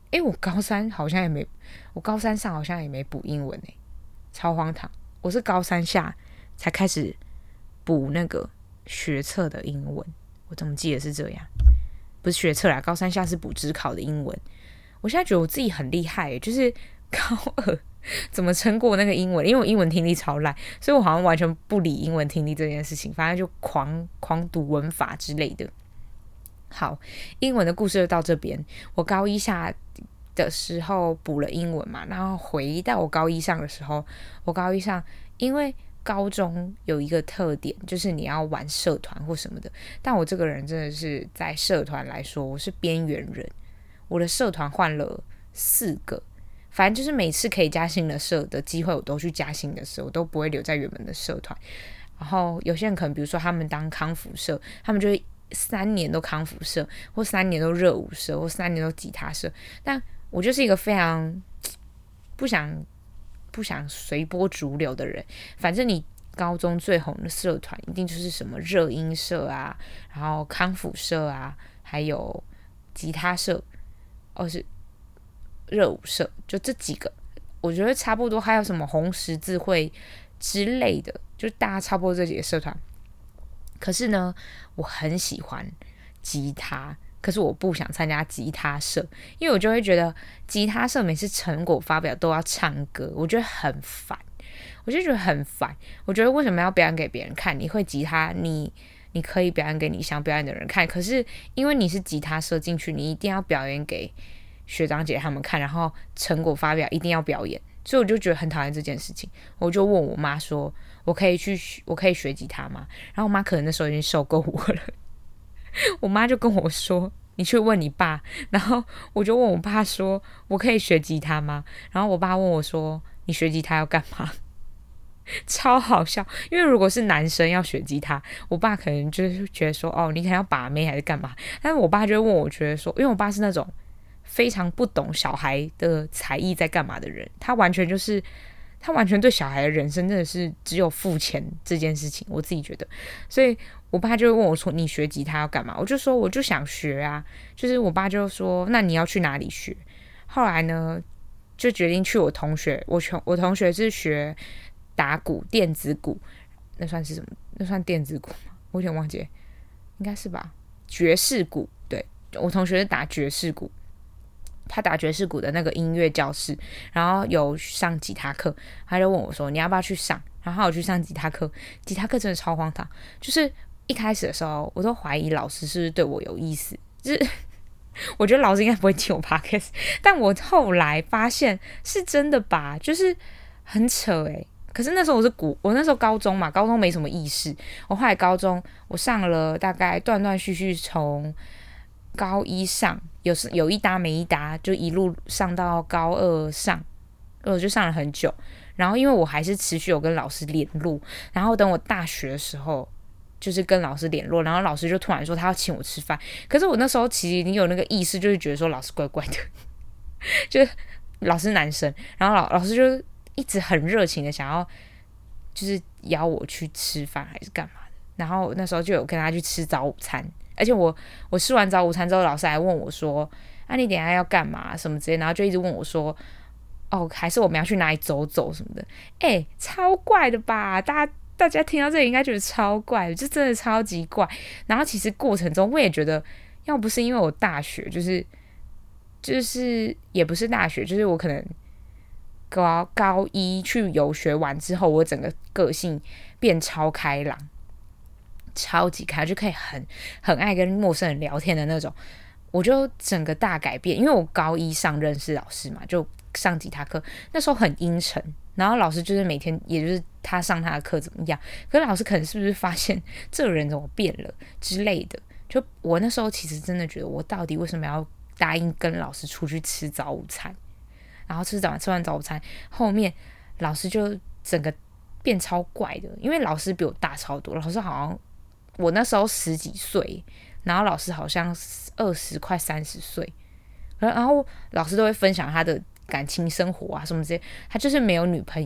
Speaker 1: 我高三好像也没，我高三上好像也没补英文超荒唐。我是高三下才开始补那个学测的英文，我怎么记得是这样？不是学测啦，高三下是补指考的英文。我现在觉得我自己很厉害就是高二怎么撑过那个英文？因为我英文听力超烂，所以我好像完全不理英文听力这件事情，反正就狂读文法之类的。好，英文的故事就到这边。我高一下的时候补了英文嘛，然后回到我高一上的时候，我高一上因为高中有一个特点，就是你要玩社团或什么的，但我这个人真的是在社团来说我是边缘人，我的社团换了4个，反正就是每次可以加新的社的机会我都去加新的社，我都不会留在原本的社团。然后有些人可能比如说他们当康复社，他们就会3年都康复社，或3年都热舞社，或3年都吉他社。但我就是一个非常不想随波逐流的人。反正你高中最红的社团一定就是什么热音社啊，然后康复社啊，还有吉他社，是热舞社，就这几个，我觉得差不多。还有什么红十字会之类的，就大家差不多这几个社团。可是呢，我很喜欢吉他，可是我不想参加吉他社，因为我就会觉得吉他社每次成果发表都要唱歌，我觉得很烦。我就觉得很烦，我觉得为什么要表演给别人看？你会吉他，你可以表演给你想表演的人看，可是因为你是吉他社进去，你一定要表演给学长姐他们看，然后成果发表一定要表演，所以我就觉得很讨厌这件事情。我就问我妈说，我可以学吉他吗？然后我妈可能那时候已经受够我了，我妈就跟我说，你去问你爸。然后我就问我爸说，我可以学吉他吗？然后我爸问我说，你学吉他要干嘛？超好笑，因为如果是男生要学吉他，我爸可能就是觉得说，你可能要把妹还是干嘛？但是我爸就会问我，觉得说，因为我爸是那种非常不懂小孩的才艺在干嘛的人，他完全对小孩的人生真的是只有付钱这件事情，我自己觉得。所以我爸就会问我说，你学吉他要干嘛？我就说我就想学啊，就是我爸就说，那你要去哪里学？后来呢，就决定去我同学，我同学是学打鼓，电子鼓，那算是什么？那算电子鼓吗？我有点忘记了，应该是吧？爵士鼓，对，我同学是打爵士鼓，他打爵士鼓的那个音乐教室，然后有上吉他课，他就问我说：“你要不要去上？”然后我去上吉他课，吉他课真的超荒唐，就是一开始的时候，我都怀疑老师是不是对我有意思，就是我觉得老师应该不会听我 podcast， 但我后来发现是真的吧，就是很扯可是那时候我那时候高中嘛，高中没什么意识。我后来高中我上了大概断断续续从高一上有一搭没一搭，就一路上到高二上，我就上了很久。然后因为我还是持续有跟老师联络，然后等我大学的时候就是跟老师联络，然后老师就突然说他要请我吃饭。可是我那时候其实已经有那个意识，就是觉得说老师怪怪的，就是老师男生，然后老师就一直很热情的想要就是邀我去吃饭还是干嘛的，然后那时候就有跟他去吃早午餐，而且我吃完早午餐之后，老师还问我说：“你等一下要干嘛什么之类的？”然后就一直问我说：“还是我们要去哪里走走什么的？”超怪的吧？大家听到这里应该觉得超怪的，就真的超级怪。然后其实过程中我也觉得，要不是因为我大学就是也不是大学，就是我可能高一去游学完之后，我整个个性变超开朗，超级开，就可以很爱跟陌生人聊天的那种。我就整个大改变，因为我高一上认识老师嘛，就上吉他课，那时候很阴沉，然后老师就是每天也就是他上他的课怎么样，可是老师可能是不是发现这个人怎么变了之类的，就我那时候其实真的觉得我到底为什么要答应跟老师出去吃早午餐，然后吃完早午餐后面老师就整个变超怪的，因为老师比我大超多，老师好像我那时候10几岁，然后老师好像20快30岁，然后老师都会分享他的感情生活啊什么之类，他就是没有女朋友，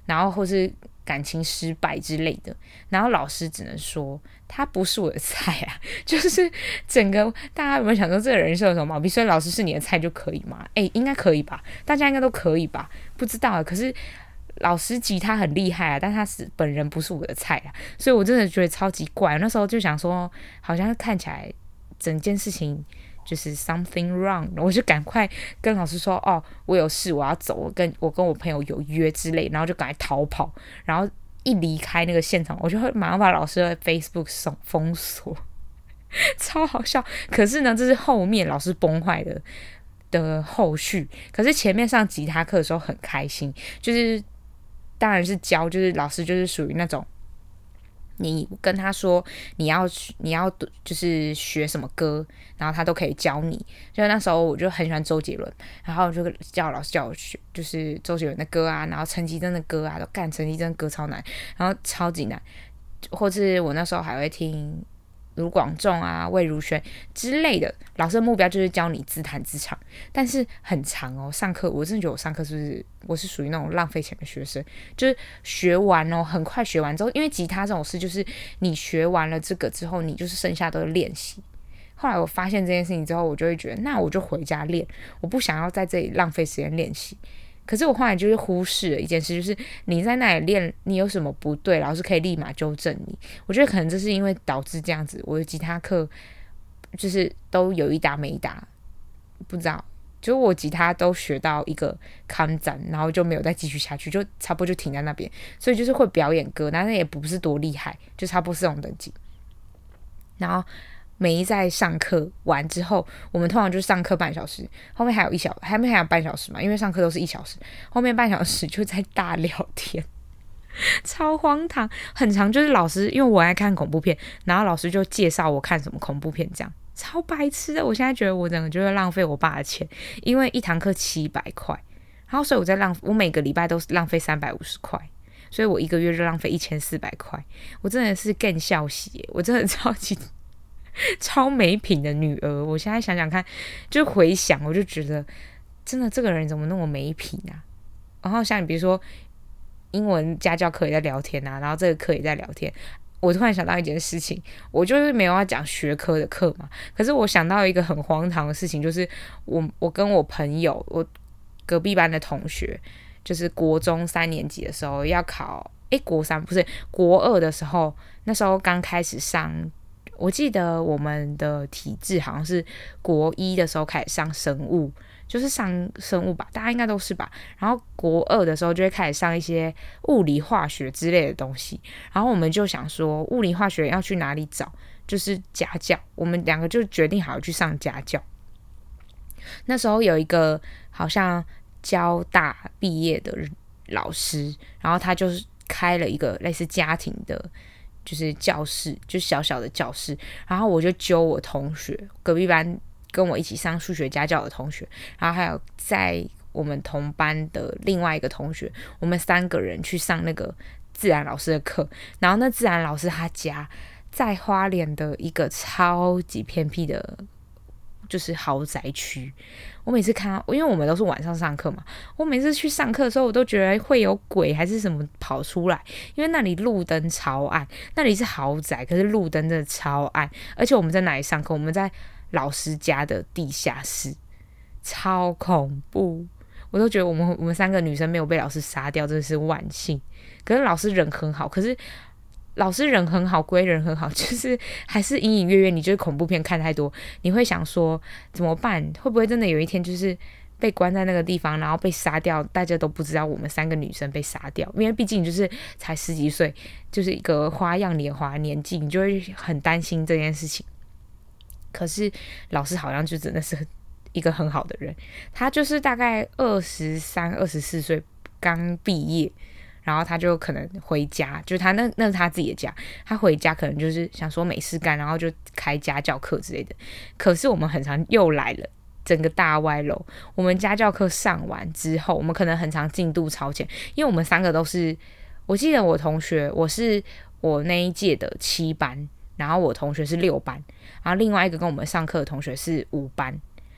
Speaker 1: 然后或是感情失败之类的，然后老师只能说他不是我的菜啊，就是整个大家有没有想说这个人是有什么毛病？所以老师是你的菜就可以吗？应该可以吧，大家应该都可以吧？不知道啊，可是老师吉他很厉害啊，但他是本人不是我的菜啊，所以我真的觉得超级怪。那时候就想说，好像看起来整件事情就是 something wrong， 我就赶快跟老师说，我有事，我要走，我跟我朋友有约之类，然后就赶快逃跑，然后一离开那个现场，我就会马上把老师的 Facebook 封锁，超好笑。可是呢，这是后面老师崩坏的后续，可是前面上吉他课的时候很开心，就是当然是教，就是老师就是属于那种。你跟他说你要就是学什么歌，然后他都可以教你。就那时候我就很喜欢周杰伦，然后就叫老师叫我学，就是周杰伦的歌啊，然后陈绮贞的歌啊，都陈绮贞的歌超难，然后超级难。或是我那时候还会听卢广仲啊、魏如萱之类的。老师的目标就是教你自弹自唱，但是很长哦。上课我真的觉得我上课我是属于那种浪费钱的学生，就是学完哦，很快学完之后，因为吉他这种事就是你学完了这个之后，你就是剩下都是练习。后来我发现这件事情之后，我就会觉得，那我就回家练，我不想要在这里浪费时间练习。可是我后来就是忽视了一件事，就是你在那里练，你有什么不对，老师可以立马纠正你。我觉得可能这是因为导致这样子，我的吉他课就是都有一搭没一搭，不知道，就我吉他都学到一个康展，然后就没有再继续下去，就差不多就停在那边。所以就是会表演歌，但是也不是多厉害，就差不多是这种等级。然后没在上课完之后，我们通常就是上课半小时，后面还有半小时嘛，因为上课都是1小时，后面半小时就在大聊天，超荒唐，很长。就是老师因为我爱看恐怖片，然后老师就介绍我看什么恐怖片，这样超白痴的。我现在觉得我整个就会浪费我爸的钱，因为一堂课700块，然后所以我每个礼拜都是浪费350块。所以我一个月就浪费1400块，我真的是更笑死耶！我真的超没品的女儿。我现在想想看，就回想，我就觉得真的这个人怎么那么没品啊？然后像你比如说英文家教课也在聊天啊，然后这个课也在聊天。我突然想到一件事情，我就是没有要讲学科的课嘛，可是我想到一个很荒唐的事情，就是我跟我朋友，我隔壁班的同学。就是国中3年级的时候要考，国3不是国2的时候，那时候刚开始上，我记得我们的体制好像是国1的时候开始上生物，就是上生物吧，大家应该都是吧。然后国2的时候就会开始上一些物理化学之类的东西，然后我们就想说物理化学要去哪里找，就是家教，我们2个就决定好去上家教。那时候有一个好像交大毕业的老师，然后他就是开了一个类似家庭的，就是教室，就小小的教室。然后我就揪我同学，隔壁班跟我一起上数学家教的同学，然后还有在我们同班的另外一个同学，我们3个人去上那个自然老师的课。然后那自然老师他家在花莲的一个超级偏僻的，就是豪宅区。我每次看到，因为我们都是晚上上课嘛，我每次去上课的时候，我都觉得会有鬼还是什么跑出来，因为那里路灯超暗，那里是豪宅，可是路灯真的超暗。而且我们在哪里上课？我们在老师家的地下室，超恐怖。我都觉得我们3个女生没有被老师杀掉，真的是万幸。可是老师人很好，可是老师人很好归人很好，就是还是隐隐约约，你就是恐怖片看太多，你会想说怎么办？会不会真的有一天就是被关在那个地方，然后被杀掉，大家都不知道我们3个女生被杀掉？因为毕竟就是才10几岁，就是一个花样年华年纪，你就会很担心这件事情。可是老师好像就真的是一个很好的人，他就是大概23、24岁刚毕业。然后他就可能回家，就是他那是他自己的家，他回家可能就是想说没事干，然后就开家教课之类的。可是我们很常又来了整个大歪楼。我们家教课上完之后，我们可能很常进度超前，因为我们3个都是，我记得我同学，我是我那一届的7班，然后我同学是6班，然后另外一个跟我们上课的同学是5班。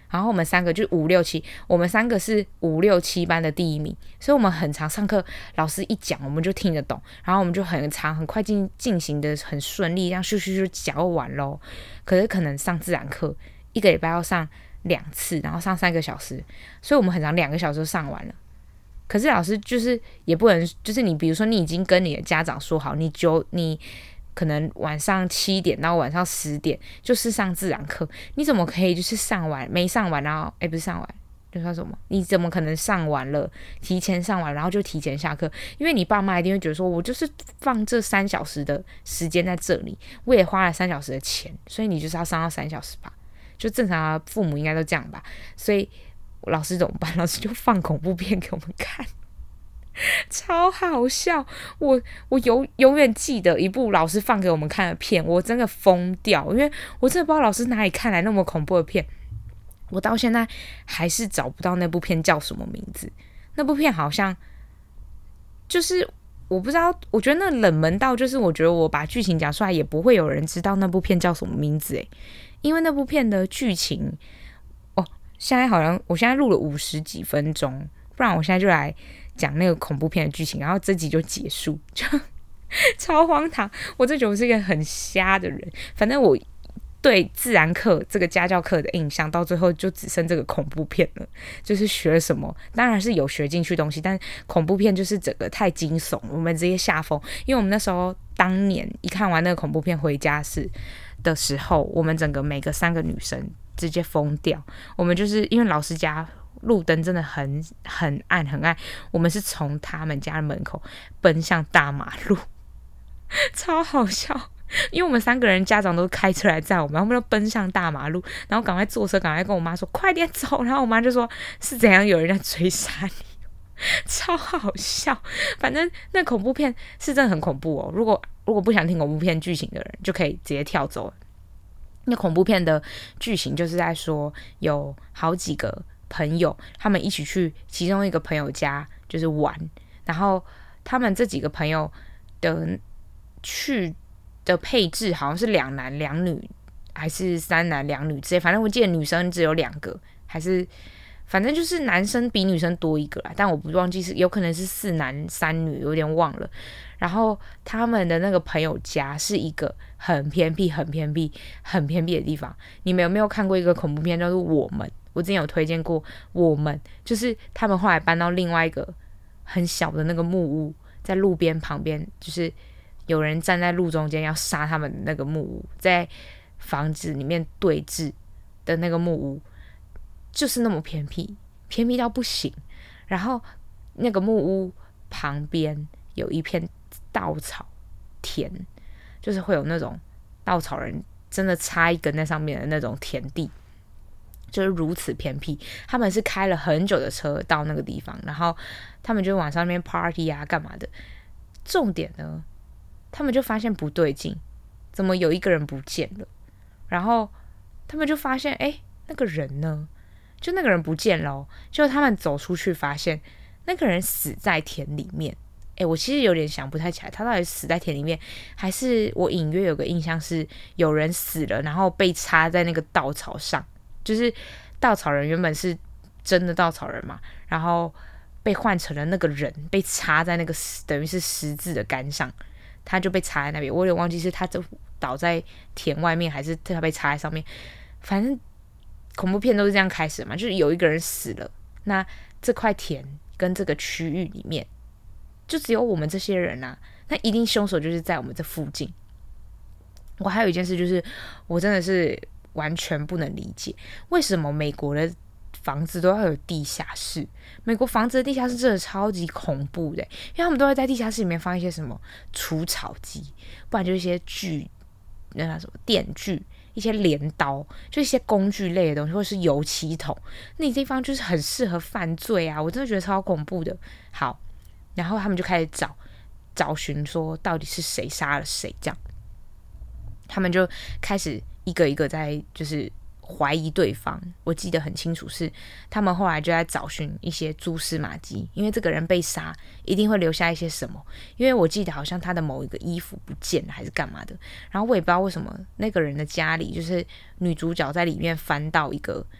Speaker 1: 然后我们3个就5、6、7，我们3个是5、6、7班的第1名，所以我们很常上课，老师一讲我们就听得懂，然后我们就很快进行的很顺利，这样咻咻咻讲完咯。可是可能上自然课1个礼拜要上2次，然后上3个小时，所以我们很常2个小时就上完了。可是老师就是也不能，就是你比如说你已经跟你的家长说好，你可能晚上7点到晚上10点就是上自然课，你怎么可以就是没上完，然后不是上完就说什么？你怎么可能上完了，提前上完，然后就提前下课？因为你爸妈一定会觉得说，我就是放这3小时的时间在这里，我也花了3小时的钱，所以你就是要上到3小时吧？就正常的父母应该都这样吧？所以老师怎么办？老师就放恐怖片给我们看。超好笑！我永远记得一部老师放给我们看的片，我真的疯掉，因为我真的不知道老师哪里看来那么恐怖的片，我到现在还是找不到那部片叫什么名字。那部片好像就是我不知道，我觉得那冷门到就是我觉得我把剧情讲出来也不会有人知道那部片叫什么名字因为那部片的剧情现在我现在录了50几分钟，不然我现在就来讲那个恐怖片的剧情，然后这集就结束，就超荒唐。我真觉得我是一个很瞎的人，反正我对自然课这个家教课的印象到最后就只剩这个恐怖片了。就是学了什么，当然是有学进去东西，但恐怖片就是整个太惊悚，我们直接吓疯。因为我们那时候当年一看完那个恐怖片回家的时候，我们整个每个3个女生直接疯掉。我们就是因为老师家路灯真的很暗很暗，我们是从他们家的门口奔向大马路，超好笑。因为我们3个人家长都开车来载我们，我们就奔向大马路，然后赶快坐车，赶快跟我妈说快点走，然后我妈就说是怎样有人在追杀你，超好笑。反正那恐怖片是真的很恐怖如果不想听恐怖片剧情的人就可以直接跳走。那恐怖片的剧情就是在说有好几个朋友，他们一起去其中一个朋友家就是玩，然后他们这几个朋友的去的配置好像是2男2女还是3男2女之类，反正我记得女生只有2个，还是反正就是男生比女生多1个啦，但我不忘记是有可能是4男3女，有点忘了。然后他们的那个朋友家是一个很偏僻的地方。你们有没有看过一个恐怖片叫做《我们》？我之前有推荐过《我们》，就是他们后来搬到另外一个很小的那个木屋，在路边旁边，就是有人站在路中间要杀他们的那个木屋，在房子里面对峙的那个木屋，就是那么偏僻到不行。然后那个木屋旁边有一片稻草田，就是会有那种稻草人真的插一根在上面的那种田地，就是如此偏僻。他们是开了很久的车到那个地方，然后他们就晚上那边 party 啊干嘛的。重点呢，他们就发现不对劲，怎么有一个人不见了？然后他们就发现那个人呢，就那个人不见了就他们走出去发现那个人死在田里面。我其实有点想不太起来，他到底死在田里面，还是我隐约有个印象是有人死了，然后被插在那个稻草上，就是稻草人原本是真的稻草人嘛，然后被换成了那个人被插在那个等于是十字的杆上，他就被插在那边。我有点忘记是他就倒在田外面，还是他被插在上面。反正恐怖片都是这样开始嘛，就是有一个人死了，那这块田跟这个区域里面就只有我们这些人啊，那一定凶手就是在我们这附近。我还有一件事就是，我真的是完全不能理解，为什么美国的房子都要有地下室？美国房子的地下室真的超级恐怖的，因为他们都会在地下室里面放一些什么除草机，不然就一些锯，那什么电锯，一些镰刀，就一些工具类的东西，或者是油漆桶。那地方就是很适合犯罪啊！我真的觉得超恐怖的。好。然后他们就开始找寻说到底是谁杀了谁，这样他们就开始一个一个在就是怀疑对方。我记得很清楚是他们后来就在找寻一些蛛丝马迹，因为这个人被杀一定会留下一些什么，因为我记得好像他的某一个衣服不见了还是干嘛的，然后我也不知道为什么那个人的家里就是女主角在里面翻到一个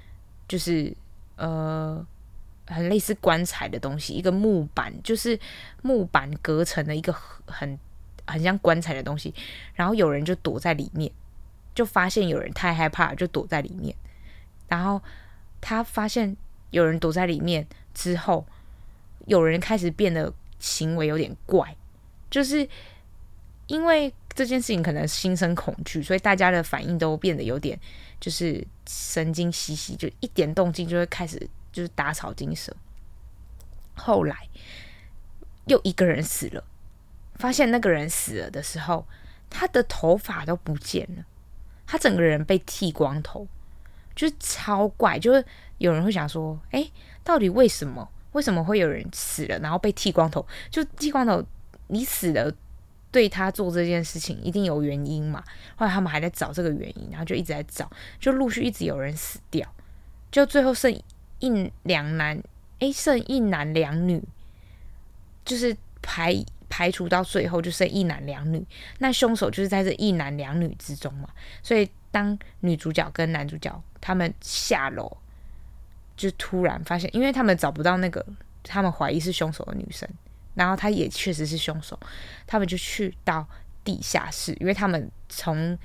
Speaker 1: 就是很类似棺材的东西，一个木板，就是木板隔成的一个很像棺材的东西，然后有人就躲在里面，就发现有人太害怕就躲在里面，然后他发现有人躲在里面之后，有人开始变得行为有点怪，就是因为这件事情可能心生恐惧，所以大家的反应都变得有点就是神经兮兮，就一点动静就会开始就是打草惊蛇。后来又一个人死了，发现那个人死了的时候，他的头发都不见了，他整个人被剃光头，就是超怪。就是有人会想说，到底为什么会有人死了然后被剃光头？就剃光头，你死了对他做这件事情一定有原因嘛。后来他们还在找这个原因，然后就一直在找，就陆续一直有人死掉，就最后剩剩一男两女，就是排除到最后就剩一男两女。那凶手就是在这一男两女之中嘛，所以当女主角跟男主角他们下楼，就突然发现，因为他们找不到那个他们怀疑是凶手的女生，然后他也确实是凶手，他们就去到地下室，因为他们从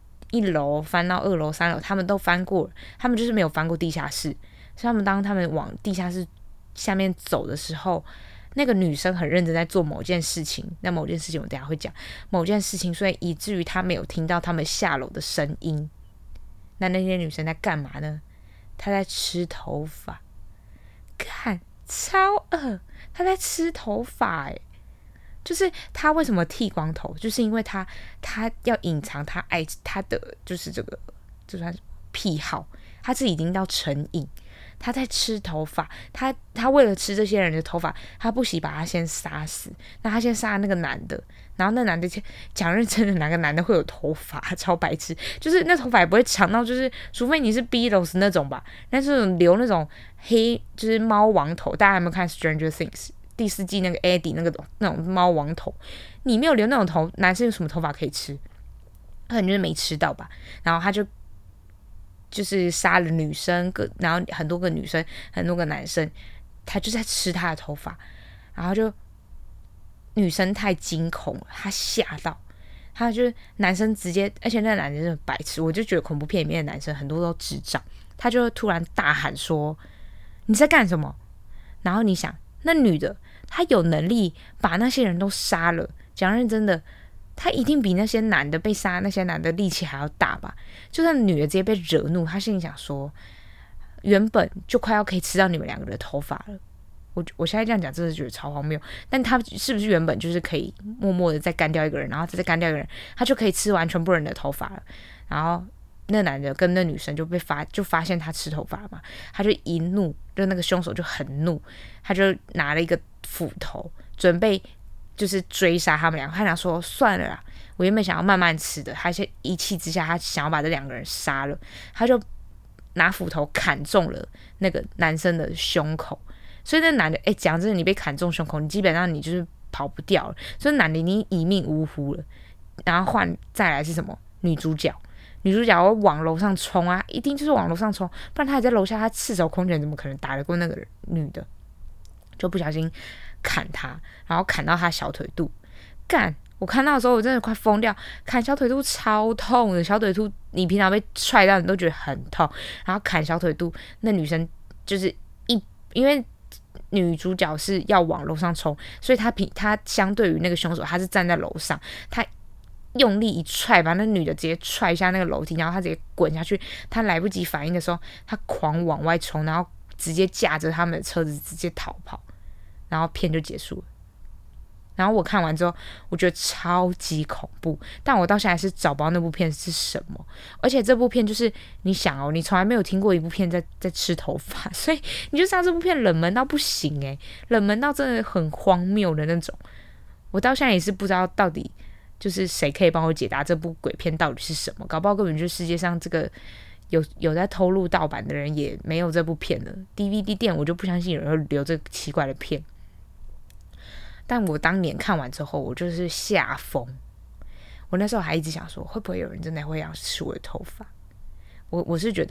Speaker 1: 1楼翻到2楼、3楼，他们都翻过了，他们就是没有翻过地下室。所以当他们往地下室下面走的时候，那个女生很认真在做某件事情，那某件事情我等一下会讲某件事情，所以以至于她没有听到他们下楼的声音。那些女生在干嘛呢？她在吃头发，看超恶，她在吃头发就是她为什么剃光头，就是因为她要隐藏她的就是这算是癖好，她是已经到成瘾。他在吃头发，他为了吃这些人的头发，他不惜把他先杀死。那他先杀了那个男的，然后那男的讲认真的，哪个男的会有头发？超白痴，就是那头发也不会长到，就是除非你是 Beatles 那种吧，但是留那种黑就是猫王头。大家有没有看 Stranger Things 第4季那个 Eddie 那种猫王头？你没有留那种头，男生有什么头发可以吃？可能就是没吃到吧。然后他就是杀了女生，然后很多个女生，很多个男生，他就在吃他的头发，然后就女生太惊恐了，他吓到，他就男生直接，而且那个男生是很白痴，我就觉得恐怖片里面的男生很多都智障，他就突然大喊说：“你在干什么？”然后你想，那女的她有能力把那些人都杀了，讲认真的。他一定比那些男的被杀那些男的力气还要大吧？就算女的直接被惹怒，他心里想说，原本就快要可以吃到你们2个的头发了。我现在这样讲真的觉得超荒谬，但他是不是原本就是可以默默的再干掉一个人，然后再干掉一个人，他就可以吃完全部人的头发了？然后那男的跟那女生就发现他吃头发嘛，他就一怒，就那个凶手就很怒，他就拿了一个斧头准备。就是追杀他们2个，他想说算了啦，我原本想要慢慢吃的，他一气之下，他想要把这2个人杀了，他就拿斧头砍中了那个男生的胸口，所以那男的，讲真的，你被砍中胸口，你基本上你就是跑不掉了，所以男的已经一命呜呼了。然后再来是什么？女主角会往楼上冲啊，一定就是往楼上冲，不然他还在楼下，他赤手空拳怎么可能打得过那个女的？就不小心砍他，然后砍到他小腿肚，干！我看到的时候我真的快疯掉，砍小腿肚超痛的，小腿肚你平常被踹到你都觉得很痛，然后砍小腿肚，那女生就是因为女主角是要往楼上冲，所以她相对于那个凶手，她是站在楼上，她用力一踹，把那女的直接踹下那个楼梯，然后她直接滚下去，她来不及反应的时候，她狂往外冲，然后直接驾着他们的车子直接逃跑。然后片就结束了。然后我看完之后，我觉得超级恐怖，但我到现在是找不到那部片是什么。而且这部片就是你想你从来没有听过一部片在吃头发，所以你就知道这部片冷门到不行冷门到真的很荒谬的那种。我到现在也是不知道到底就是谁可以帮我解答这部鬼片到底是什么，搞不好根本就世界上这个有在偷录盗版的人也没有这部片了。DVD 店我就不相信有人会留这个奇怪的片。但我当年看完之后，我就是吓疯。我那时候还一直想说，会不会有人真的会要吃我的头发？我是觉得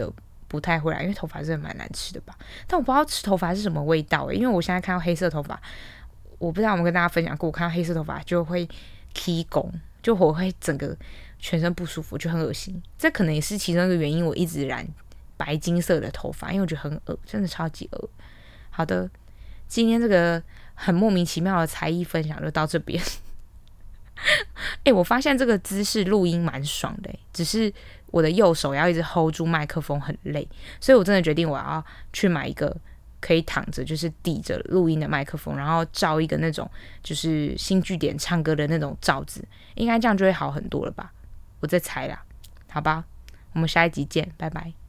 Speaker 1: 不太会啦，因为头发真的蛮难吃的吧。但我不知道吃头发是什么味道因为我现在看到黑色头发，我不知道有没有跟大家分享过，我看到黑色头发就会起拱，就我会整个全身不舒服，就很恶心。这可能也是其中一个原因，我一直染白金色的头发，因为我觉得很恶，真的超级恶。好的，今天这个很莫名其妙的才艺分享就到这边。我发现这个姿势录音蛮爽的只是我的右手要一直 hold 住麦克风很累，所以我真的决定我要去买一个可以躺着就是抵着录音的麦克风，然后罩一个那种就是新据点唱歌的那种罩子，应该这样就会好很多了吧，我在猜啦。好吧，我们下一集见，拜拜。